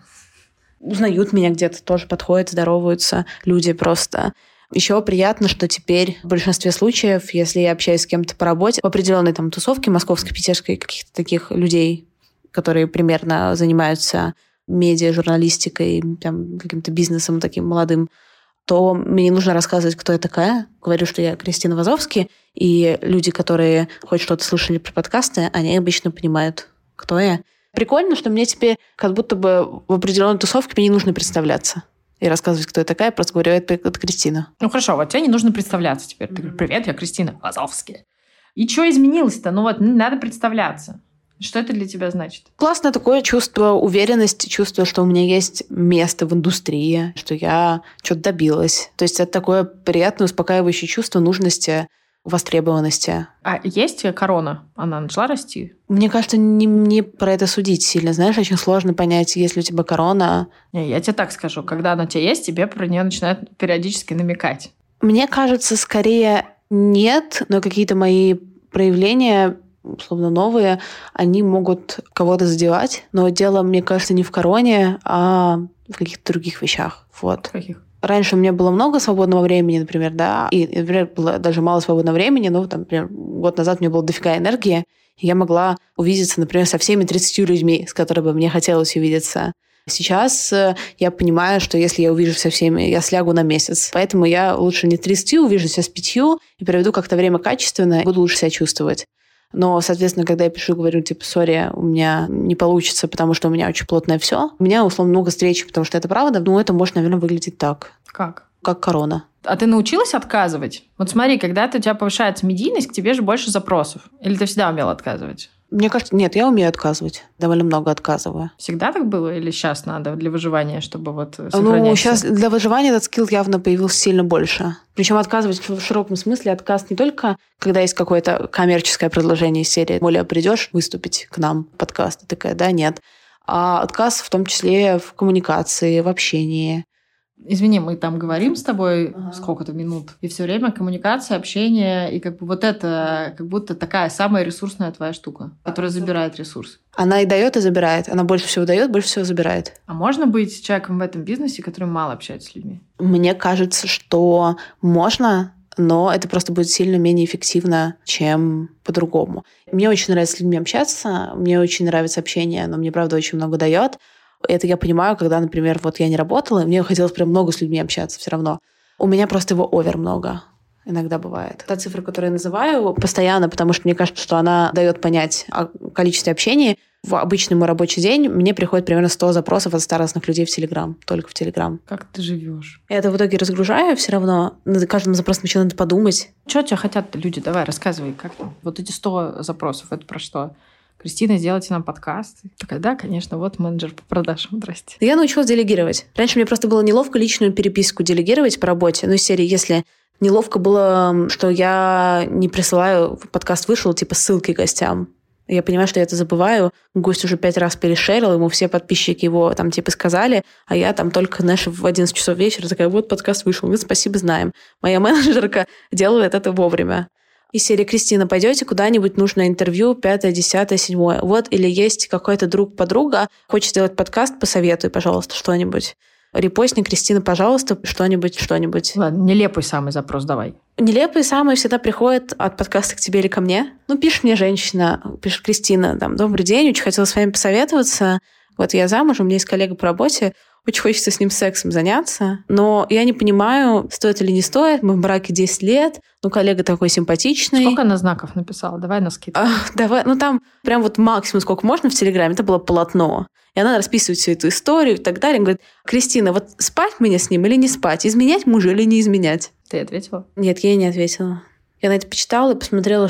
Узнают меня где-то, тоже подходят, здороваются люди просто. Еще приятно, что теперь в большинстве случаев, если я общаюсь с кем-то по работе, в определенной там тусовке московской, питерской, каких-то таких людей, которые примерно занимаются медиа, журналистикой, там, каким-то бизнесом таким молодым, то мне не нужно рассказывать, кто я такая. Говорю, что я Кристина Вазовский, и люди, которые хоть что-то слышали про подкасты, они обычно понимают, кто я. Прикольно, что мне теперь как будто бы в определенной тусовке мне не нужно представляться и рассказывать, кто я такая, просто говорю, это, это Кристина. Ну хорошо, вот тебе не нужно представляться теперь. Ты говоришь, привет, я Кристина Вазовский. И что изменилось-то? Ну вот, не надо представляться. Что это для тебя значит? Классное такое чувство уверенности, чувство, что у меня есть место в индустрии, что я что-то добилась. То есть это такое приятное, успокаивающее чувство нужности, востребованности. А есть корона? Она начала расти? Мне кажется, не мне про это судить сильно. Знаешь, очень сложно понять, есть ли у тебя корона. Не, я тебе так скажу. Когда она у тебя есть, тебе про нее начинают периодически намекать. Мне кажется, скорее нет, но какие-то мои проявления, условно новые, они могут кого-то задевать. Но дело, мне кажется, не в короне, а в каких-то других вещах. Вот. В каких? Раньше у меня было много свободного времени, например, да, и, например, было даже мало свободного времени, но, там, например, год назад у меня было дофига энергии, и я могла увидеться, например, со всеми тридцатью людьми, с которыми мне хотелось увидеться. Сейчас я понимаю, что если я увижусь со всеми, я слягу на месяц. Поэтому я лучше не тридцатью увижусь, а с пятью и проведу как-то время качественно, и буду лучше себя чувствовать. Но, соответственно, когда я пишу, говорю, типа, сори, у меня не получится, потому что у меня очень плотное все. У меня, условно, много встреч, потому что это правда. Ну, это может, наверное, выглядеть так. Как? Как корона. А ты научилась отказывать? Вот смотри, когда у тебя повышается медийность, к тебе же больше запросов. Или ты всегда умела отказывать? Мне кажется, нет, я умею отказывать. Довольно много отказываю. Всегда так было? Или сейчас надо для выживания, чтобы вот сохранять? Ну, сейчас для выживания этот скилл явно появился сильно больше. Причем отказывать в широком смысле. Отказ не только, когда есть какое-то коммерческое предложение из серии «Оля, придешь выступить к нам в подкаст?» Ты такая, да, нет. А отказ в том числе в коммуникации, в общении. Извини, мы там говорим с тобой ага. сколько-то минут, и все время коммуникация, общение, и как бы вот это как будто такая самая ресурсная твоя штука, которая забирает ресурс. Она и дает, и забирает. Она больше всего дает, больше всего забирает. А можно быть человеком в этом бизнесе, который мало общается с людьми? Мне кажется, что можно, но это просто будет сильно менее эффективно, чем по-другому. Мне очень нравится с людьми общаться, мне очень нравится общение, оно мне, правда, очень много дает. Это я понимаю, когда, например, вот я не работала, и мне хотелось прям много с людьми общаться все равно. У меня просто его овер много. Иногда бывает. Та цифра, которую я называю постоянно, потому что мне кажется, что она дает понять о количестве общения. В обычный мой рабочий день мне приходит примерно сто запросов от ста разных людей в Телеграм. Только в Телеграм. Как ты живешь? Я это в итоге разгружаю все равно. Над каждым запросом еще надо подумать. Что тебя хотят люди? Давай, рассказывай, как там? Вот эти сто запросов, это про что? Кристина, сделайте нам подкаст. Такая, да, конечно, вот менеджер по продажам, здрасте. Я научилась делегировать. Раньше мне просто было неловко личную переписку делегировать по работе. Ну, из серии, если неловко было, что я не присылаю, подкаст вышел, типа, ссылки гостям. Я понимаю, что я это забываю. Гость уже пять раз перешерил, ему все подписчики его там типа сказали, а я там только, знаешь, в одиннадцать часов вечера такая, вот подкаст вышел, мы спасибо знаем. Моя менеджерка делает это вовремя. Из серии «Кристина, пойдете куда-нибудь, нужно интервью, пятое, десятое, седьмое». Вот, или есть какой-то друг-подруга, хочет сделать подкаст, посоветуй, пожалуйста, что-нибудь. Репостни, Кристина, пожалуйста, что-нибудь, что-нибудь. Ладно, нелепый самый запрос давай. Нелепый самый всегда приходит от подкаста к тебе или ко мне. Ну, пишет мне женщина, пишет Кристина, там, добрый день, очень хотела с вами посоветоваться. Вот я замужем, у меня есть коллега по работе, очень хочется с ним сексом заняться, но я не понимаю, стоит или не стоит. Мы в браке десять лет, ну, коллега такой симпатичный. Сколько она знаков написала? Давай на скидку. А, давай, ну, там прям вот максимум, сколько можно в Телеграме, это было полотно. И она расписывает всю эту историю и так далее. И говорит, Кристина, вот спать мне с ним или не спать? Изменять мужа или не изменять? Ты ответила? Нет, я ей не ответила. Я на это почитала и посмотрела, что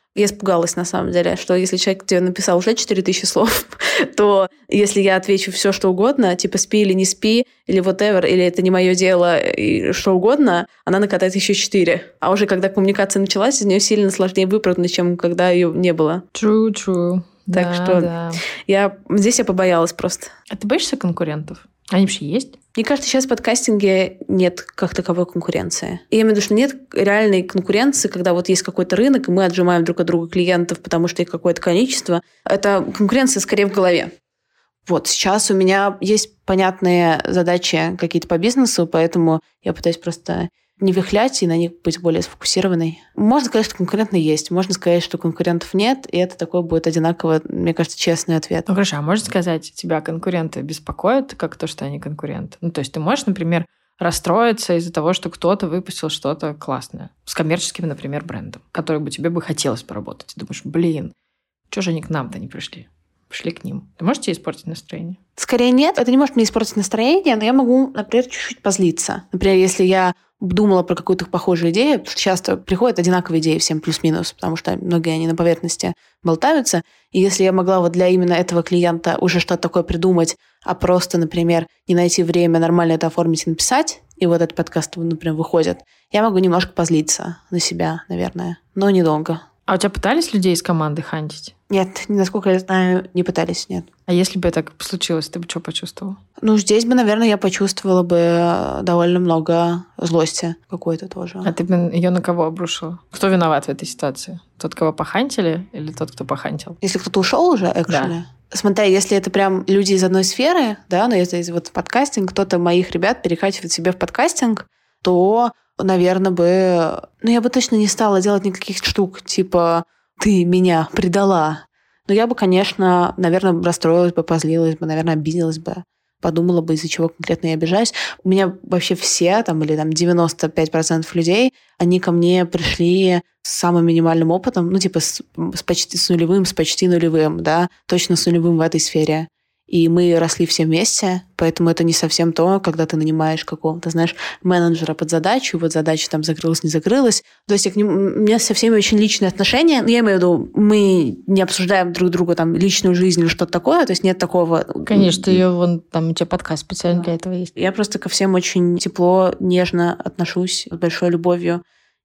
Я испугалась, на самом деле, что если человек тебе написал уже четыре тысячи слов, то если я отвечу все, что угодно, типа спи или не спи, или whatever, или это не мое дело, и что угодно, она накатает еще четыре. А уже когда коммуникация началась, из нее сильно сложнее выпрыгнуть, чем когда ее не было. True, true. Так да, что да. Я, здесь я побоялась просто. А ты боишься конкурентов? Они вообще есть? Мне кажется, сейчас в подкастинге нет как таковой конкуренции. И я имею в виду, что нет реальной конкуренции, когда вот есть какой-то рынок, и мы отжимаем друг от друга клиентов, потому что их какое-то количество. Это конкуренция скорее в голове. Вот сейчас у меня есть понятные задачи какие-то по бизнесу, поэтому я пытаюсь просто не вихлять и на них быть более сфокусированной. Можно сказать, что конкуренты есть. Можно сказать, что конкурентов нет, и это такой будет одинаково, мне кажется, честный ответ. Ну хорошо, а можно сказать, тебя конкуренты беспокоят, как то, что они конкуренты? Ну то есть ты можешь, например, расстроиться из-за того, что кто-то выпустил что-то классное с коммерческим, например, брендом, который бы тебе бы хотелось поработать. Ты думаешь, блин, что же они к нам-то не пришли? Пришли к ним. Ты можешь тебе испортить настроение? Скорее нет. Это не может мне испортить настроение, но я могу, например, чуть-чуть позлиться. Например, если я думала про какую-то похожую идею, потому что часто приходят одинаковые идеи всем плюс-минус, потому что многие они на поверхности болтаются. И если я могла вот для именно этого клиента уже что-то такое придумать, а просто, например, не найти время нормально это оформить и написать, и вот этот подкаст, например, выходит, я могу немножко позлиться на себя, наверное, но недолго. А у тебя пытались людей из команды хантить? Нет, насколько я знаю, не пытались, нет. А если бы это случилось, ты бы что почувствовала? Ну, здесь бы, наверное, я почувствовала бы довольно много злости какой-то тоже. А ты бы ее на кого обрушила? Кто виноват в этой ситуации? Тот, кого похантили, или тот, кто похантил? Если кто-то ушел уже, actually? Да. Смотря, если это прям люди из одной сферы, да, но это вот подкастинг, кто-то моих ребят перекачивает себе в подкастинг, то, наверное, бы... Ну, я бы точно не стала делать никаких штук, типа «ты меня предала». Но я бы, конечно, наверное, расстроилась бы, позлилась бы, наверное, обиделась бы, подумала бы, из-за чего конкретно я обижаюсь. У меня вообще все, там, или там девяносто пять процентов людей, они ко мне пришли с самым минимальным опытом, ну, типа с, с почти с нулевым, с почти нулевым, да, точно с нулевым в этой сфере. И мы росли все вместе, поэтому это не совсем то, когда ты нанимаешь какого-то, знаешь, менеджера под задачу, вот задача там закрылась, не закрылась. То есть у меня со всеми очень личные отношения. Я имею в виду, мы не обсуждаем друг другу там личную жизнь или что-то такое, то есть нет такого... Конечно, ее вон там у тебя подкаст специально для этого есть. Я просто ко всем очень тепло, нежно отношусь, с большой любовью,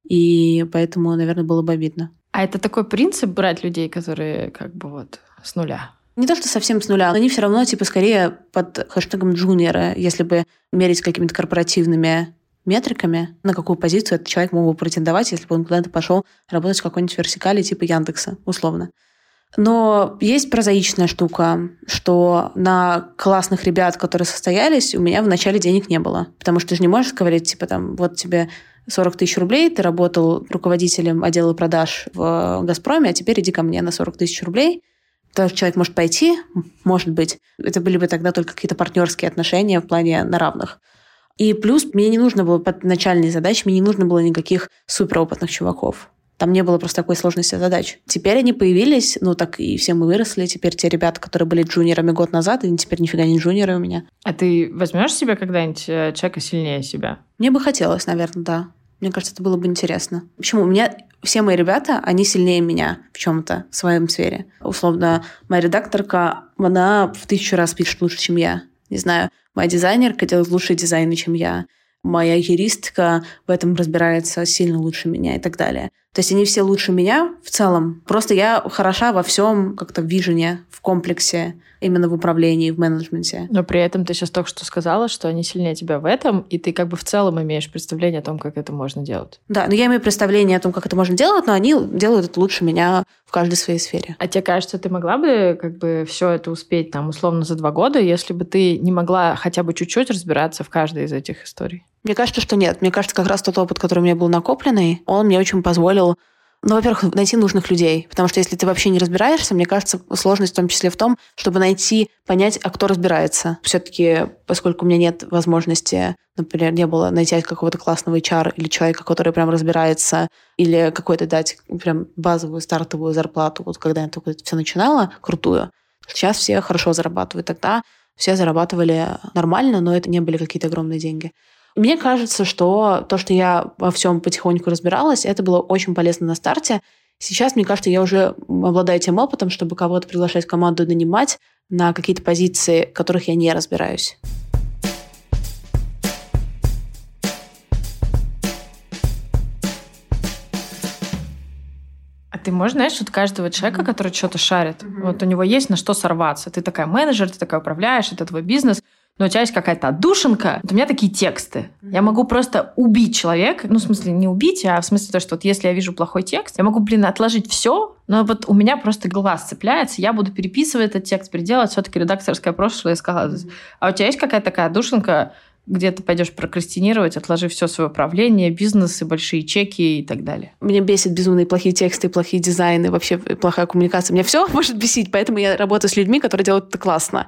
и поэтому, наверное, было бы обидно. А это такой принцип брать людей, которые как бы вот с нуля? Не то, что совсем с нуля, но они все равно, типа, скорее под хэштегом джуниора, если бы мерить какими-то корпоративными метриками, на какую позицию этот человек мог бы претендовать, если бы он куда-то пошел работать в какой-нибудь вертикали типа Яндекса, условно. Но есть прозаичная штука, что на классных ребят, которые состоялись, у меня вначале денег не было. Потому что ты же не можешь говорить, типа, там, вот тебе сорок тысяч рублей, ты работал руководителем отдела продаж в «Газпроме», а теперь иди ко мне на сорок тысяч рублей. Тоже человек может пойти, может быть. Это были бы тогда только какие-то партнерские отношения в плане на равных. И плюс мне не нужно было под начальные задачи, мне не нужно было никаких суперопытных чуваков. Там не было просто такой сложности задач. Теперь они появились, ну так и все мы выросли. Теперь те ребята, которые были джуниорами год назад, они теперь нифига не джуниоры у меня. А ты возьмешь себе когда-нибудь человека сильнее себя? Мне бы хотелось, наверное, да. Мне кажется, это было бы интересно. Почему? У меня все мои ребята, они сильнее меня в чем-то, в своем сфере. Условно, моя редакторка, она в тысячу раз пишет лучше, чем я. Не знаю, моя дизайнерка делает лучшие дизайны, чем я. Моя юристка в этом разбирается сильно лучше меня и так далее. То есть они все лучше меня в целом. Просто я хороша во всем как-то в вижене, в комплексе, именно в управлении, в менеджменте. Но при этом ты сейчас только что сказала, что они сильнее тебя в этом, и ты как бы в целом имеешь представление о том, как это можно делать. Да, но я имею представление о том, как это можно делать, но они делают это лучше меня в каждой своей сфере. А тебе кажется, ты могла бы как бы все это успеть там условно за два года, если бы ты не могла хотя бы чуть-чуть разбираться в каждой из этих историй? Мне кажется, что нет. Мне кажется, как раз тот опыт, который у меня был накопленный, он мне очень позволил, ну, во-первых, найти нужных людей. Потому что если ты вообще не разбираешься, мне кажется, сложность в том числе в том, чтобы найти, понять, а кто разбирается. Все-таки, поскольку у меня нет возможности, например, не было найти какого-то классного эйч ар или человека, который прям разбирается, или какой-то дать прям базовую стартовую зарплату, вот когда я только это все начинала, крутую. Сейчас все хорошо зарабатывают. Тогда все зарабатывали нормально, но это не были какие-то огромные деньги. Мне кажется, что то, что я во всем потихоньку разбиралась, это было очень полезно на старте. Сейчас, мне кажется, я уже обладаю тем опытом, чтобы кого-то приглашать в команду, нанимать на какие-то позиции, в которых я не разбираюсь. А ты можешь, знаешь, вот каждого человека, который что-то шарит, mm-hmm. вот у него есть на что сорваться. Ты такая менеджер, ты такая управляешь, это твой бизнес, но у тебя есть какая-то отдушинка. Вот у меня такие тексты. Mm-hmm. Я могу просто убить человека, ну, в смысле, не убить, а в смысле то, что вот если я вижу плохой текст, я могу, блин, отложить все, но вот у меня просто глаз цепляется, я буду переписывать этот текст, переделать, все-таки редакторское прошлое складывать. Mm-hmm. А у тебя есть какая-то такая отдушинка, где ты пойдешь прокрастинировать, отложив все свое управление, бизнесы, большие чеки и так далее? Меня бесит безумные плохие тексты, плохие дизайны, вообще плохая коммуникация. Меня все может бесить, поэтому я работаю с людьми, которые делают это классно.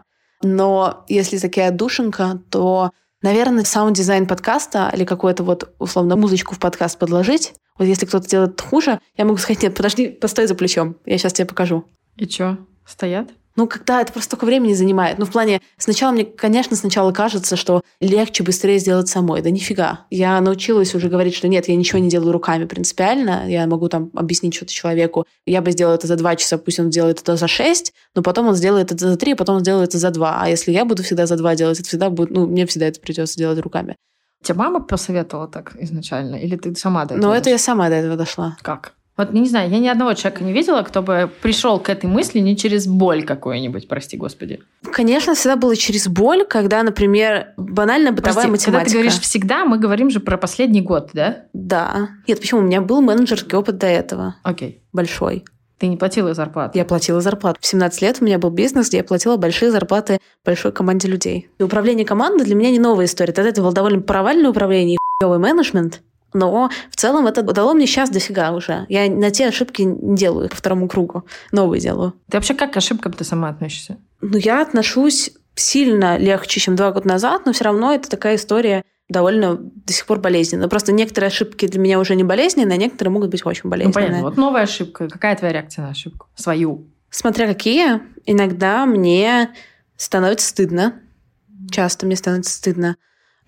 Но если такая отдушинка, то, наверное, саунд-дизайн подкаста или какую-то вот, условно, музычку в подкаст подложить. Вот если кто-то делает хуже, я могу сказать: нет, подожди, постой за плечом, я сейчас тебе покажу. И что, стоят? Ну, когда это просто столько времени занимает. Ну, в плане, сначала мне, конечно, сначала кажется, что легче, быстрее сделать самой. Да нифига. Я научилась уже говорить, что нет, я ничего не делаю руками принципиально. Я могу там объяснить что-то человеку. Я бы сделала это за два часа, пусть он сделает это за шесть, но потом он сделает это за три, а потом он сделает это за два. А если я буду всегда за два делать, это всегда будет, ну, мне всегда это придется делать руками. Тебя мама посоветовала так изначально? Или ты сама до этого? Ну, это я сама до этого дошла. Как? Вот, не знаю, я ни одного человека не видела, кто бы пришел к этой мысли не через боль какую-нибудь, прости господи. Конечно, всегда было через боль, когда, например, банально бытовая прости, математика. Когда ты говоришь «всегда», мы говорим же про последний год, да? Да. Нет, почему? У меня был менеджерский опыт до этого. Окей. Большой. Ты не платила зарплату? Я платила зарплату. В семнадцать лет у меня был бизнес, где я платила большие зарплаты большой команде людей. И управление командой для меня не новая история. Тогда это было довольно провальное управление и хуёвый менеджмент. Но в целом это дало мне сейчас дофига уже. Я на те ошибки не делаю по второму кругу. Новые делаю. Ты вообще как к ошибкам ты сама относишься? Ну, я отношусь сильно легче, чем два года назад, но все равно это такая история довольно до сих пор болезненная. Просто некоторые ошибки для меня уже не болезненные, а некоторые могут быть очень болезненные. Ну, понятно. Вот новая ошибка. Какая твоя реакция на ошибку? Свою? Смотря какие. Иногда мне становится стыдно. Часто мне становится стыдно.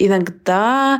Иногда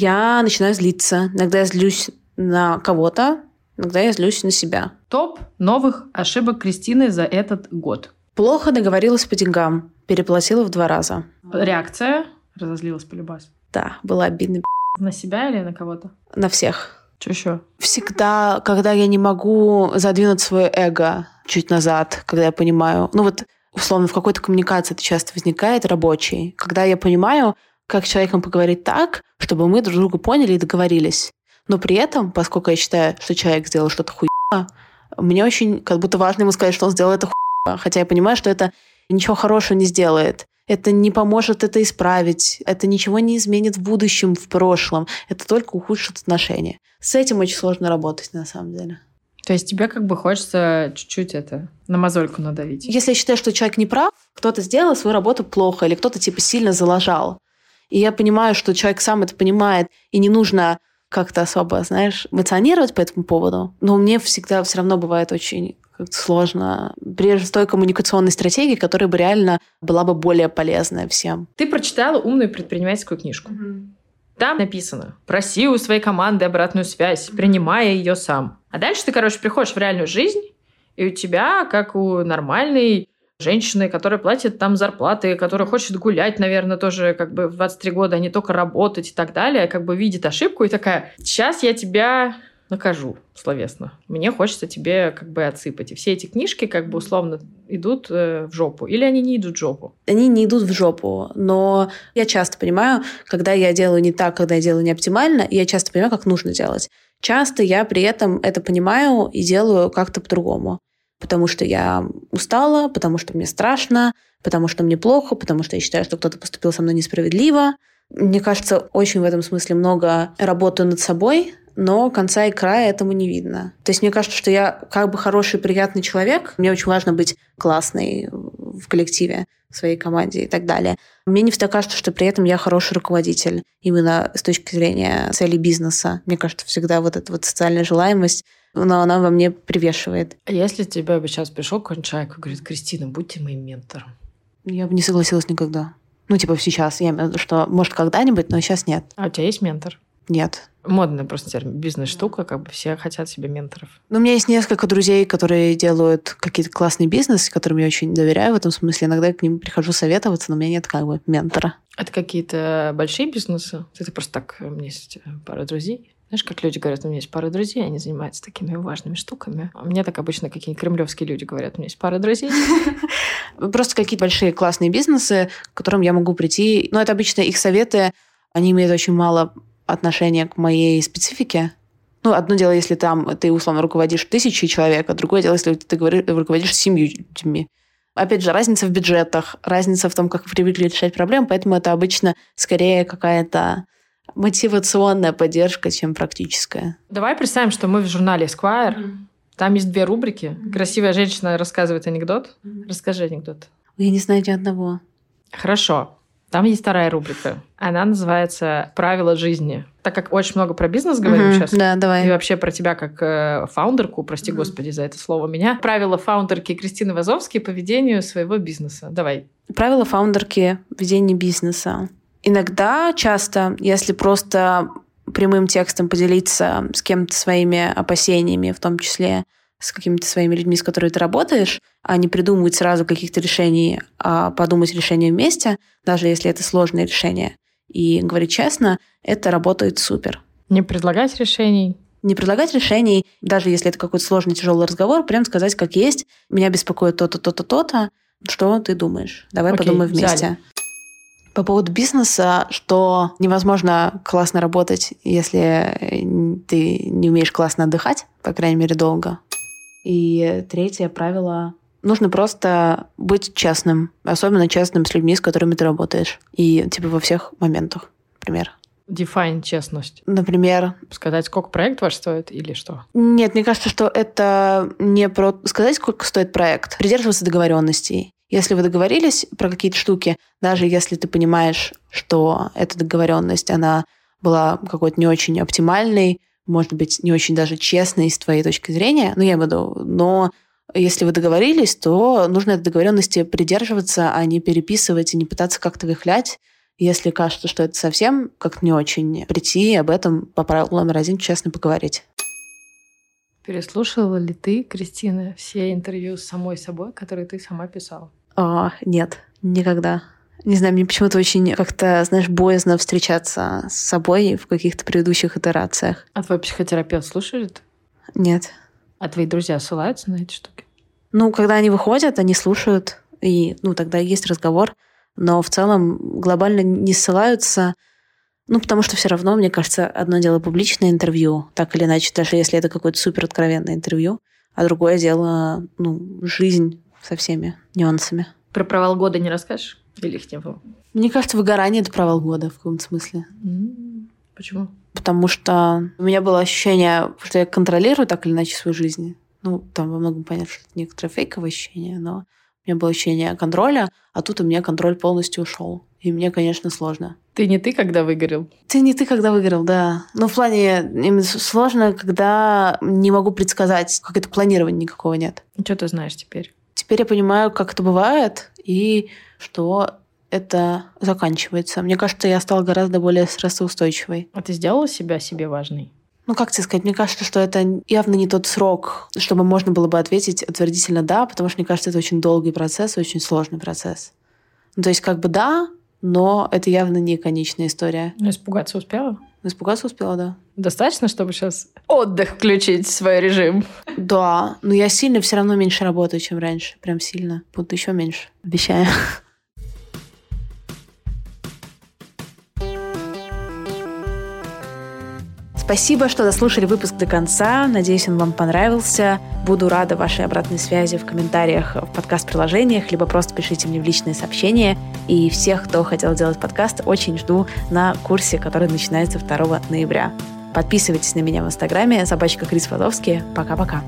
я начинаю злиться. Иногда я злюсь на кого-то, иногда я злюсь на себя. Топ новых ошибок Кристины за этот год. Плохо договорилась по деньгам. Переплатила в два раза. Реакция? Разозлилась полюбас. Да, было обидно. На себя или на кого-то? На всех. Что еще? Всегда, когда я не могу задвинуть свое эго чуть назад, когда я понимаю... Ну вот, условно, в какой-то коммуникации это часто возникает, рабочей. Когда я понимаю, как с человеком поговорить так, чтобы мы друг друга поняли и договорились. Но при этом, поскольку я считаю, что человек сделал что-то хуёво, мне очень как будто важно ему сказать, что он сделал это хуёво. Хотя я понимаю, что это ничего хорошего не сделает. Это не поможет это исправить. Это ничего не изменит в будущем, в прошлом. Это только ухудшит отношения. С этим очень сложно работать, на самом деле. То есть тебе как бы хочется чуть-чуть это на мозольку надавить? Если я считаю, что человек не прав, кто-то сделал свою работу плохо или кто-то типа сильно залажал, и я понимаю, что человек сам это понимает, и не нужно как-то особо, знаешь, эмоционировать по этому поводу. Но мне всегда все равно бывает очень как-то сложно прежде той коммуникационной стратегии, которая бы реально была бы более полезная всем. Ты прочитала умную предпринимательскую книжку. Mm-hmm. Там написано: проси у своей команды обратную связь, принимая ее сам. А дальше ты, короче, приходишь в реальную жизнь, и у тебя, как у нормальной женщины, которая платит там зарплаты, которая хочет гулять, наверное, тоже как бы в двадцать три года, а не только работать и так далее, как бы видит ошибку и такая: сейчас я тебя накажу словесно. Мне хочется тебе как бы отсыпать. И все эти книжки как бы условно идут э, в жопу. Или они не идут в жопу? Они не идут в жопу, но я часто понимаю, когда я делаю не так, когда я делаю не оптимально, и я часто понимаю, как нужно делать. Часто я при этом это понимаю и делаю как-то по-другому. Потому что я устала, потому что мне страшно, потому что мне плохо, потому что я считаю, что кто-то поступил со мной несправедливо. Мне кажется, очень в этом смысле много работаю над собой, но конца и края этому не видно. То есть мне кажется, что я как бы хороший, приятный человек. Мне очень важно быть классной в коллективе, в своей команде и так далее. Мне не всегда кажется, что при этом я хороший руководитель. Именно с точки зрения целей бизнеса. Мне кажется, всегда вот эта вот социальная желаемость, но она во мне привешивает. А если тебе бы сейчас пришел какой-нибудь человек и говорит: Кристина, будьте моим ментором? Я бы не согласилась никогда. Ну, типа сейчас. Я имею в виду, что может когда-нибудь, но сейчас нет. А у тебя есть ментор? Нет. Модная просто термин, бизнес-штука, как бы все хотят себе менторов. Но у меня есть несколько друзей, которые делают какие-то классные бизнесы, которым я очень доверяю в этом смысле. Иногда я к ним прихожу советоваться, но у меня нет как бы ментора. Это какие-то большие бизнесы? Это просто так, у меня есть пара друзей. Знаешь, как люди говорят, у меня есть пара друзей, они занимаются такими важными штуками. А мне так обычно какие-нибудь кремлевские люди говорят, у меня есть пара друзей. Просто какие-то большие классные бизнесы, к которым я могу прийти. Но это обычно их советы, они имеют очень мало отношения к моей специфике. Ну, одно дело, если там ты, условно, руководишь тысячей человек, а другое дело, если ты говоришь, руководишь семью людьми. Опять же, разница в бюджетах, разница в том, как вы привыкли решать проблемы, поэтому это обычно скорее какая-то мотивационная поддержка, чем практическая. Давай представим, что мы в журнале Esquire. Mm-hmm. Там есть две рубрики. Красивая женщина рассказывает анекдот. Mm-hmm. Расскажи анекдот. Я не знаю ни одного. Хорошо. Там есть вторая рубрика. Она называется «Правила жизни». Так как очень много про бизнес говорим mm-hmm. сейчас. Да, давай. И вообще про тебя как э, фаундерку, прости mm-hmm. господи за это слово меня. Правила фаундерки Кристины Вазовской по ведению своего бизнеса. Давай. Правила фаундерки ведения бизнеса. Иногда, часто, если просто прямым текстом поделиться с кем-то своими опасениями, в том числе с какими-то своими людьми, с которыми ты работаешь, а не придумывать сразу каких-то решений, а подумать решения вместе, даже если это сложное решение, и говорить честно, это работает супер. Не предлагать решений. Не предлагать решений, даже если это какой-то сложный, тяжелый разговор, прям сказать, как есть. Меня беспокоит то-то, то-то, то-то. Что ты думаешь? Давай Окей, подумаем вместе. Взяли. По поводу бизнеса, что невозможно классно работать, если ты не умеешь классно отдыхать, по крайней мере, долго. И третье правило – нужно просто быть честным, особенно честным с людьми, с которыми ты работаешь. И типа во всех моментах, например. Define честность. Например. Сказать, сколько проект ваш стоит или что? Нет, мне кажется, что это не про сказать, сколько стоит проект. Придерживаться договоренностей. Если вы договорились про какие-то штуки, даже если ты понимаешь, что эта договоренность, она была какой-то не очень оптимальной, может быть, не очень даже честной с твоей точки зрения, ну, я имею в виду, но если вы договорились, то нужно этой договоренности придерживаться, а не переписывать и не пытаться как-то вихлять. Если кажется, что это совсем как-то не очень, прийти и об этом по правилу номер один честно поговорить. Переслушала ли ты, Кристина, все интервью с самой собой, которые ты сама писала? О, нет, никогда. Не знаю, мне почему-то очень как-то, знаешь, боязно встречаться с собой в каких-то предыдущих итерациях. А твой психотерапевт слушает? Нет. А твои друзья ссылаются на эти штуки? Ну, когда они выходят, они слушают, и, ну, тогда есть разговор, но в целом глобально не ссылаются. Ну, потому что все равно, мне кажется, одно дело публичное интервью, так или иначе, даже если это какое-то супер откровенное интервью, а другое дело, ну, жизнь со всеми нюансами. Про провал года не расскажешь? Или их не было? Мне кажется, выгорание – это провал года в каком-то смысле. Mm-hmm. Почему? Потому что у меня было ощущение, что я контролирую так или иначе свою жизнь. Ну, там во многом понятно, что это некоторое фейковое ощущение, но у меня было ощущение контроля, а тут у меня контроль полностью ушел. И мне, конечно, сложно. Ты не ты, когда выгорел? Ты не ты, когда выгорел, да. Но в плане именно сложно, когда не могу предсказать, как это планирования никакого нет. Что ты знаешь теперь? Теперь я понимаю, как это бывает, и что это заканчивается. Мне кажется, я стала гораздо более стрессоустойчивой. А ты сделала себя себе важной? Ну, как тебе сказать, мне кажется, что это явно не тот срок, чтобы можно было бы ответить утвердительно «да», потому что, мне кажется, это очень долгий процесс, очень сложный процесс. Ну, то есть, как бы «да», но это явно не конечная история. Ну, испугаться успела? Испугаться успела, да. Достаточно, чтобы сейчас отдых включить в свой режим? Да, но я сильно все равно меньше работаю, чем раньше. Прям сильно. Буду еще меньше. Обещаю. Спасибо, что дослушали выпуск до конца. Надеюсь, он вам понравился. Буду рада вашей обратной связи в комментариях в подкаст-приложениях, либо просто пишите мне в личные сообщения. И всех, кто хотел делать подкаст, очень жду на курсе, который начинается второго ноября. Подписывайтесь на меня в Инстаграме. Собачка Крис Вазовский. Пока-пока.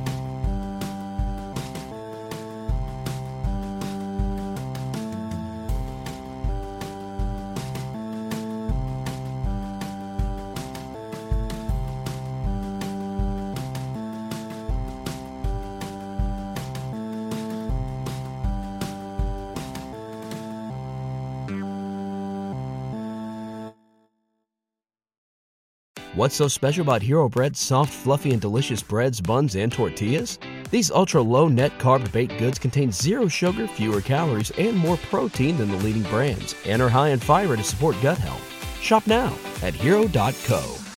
What's so special about Hero Bread's soft, fluffy, and delicious breads, buns, and tortillas? These ultra-low net-carb baked goods contain zero sugar, fewer calories, and more protein than the leading brands, and are high in fiber to support gut health. Shop now at hero dot co.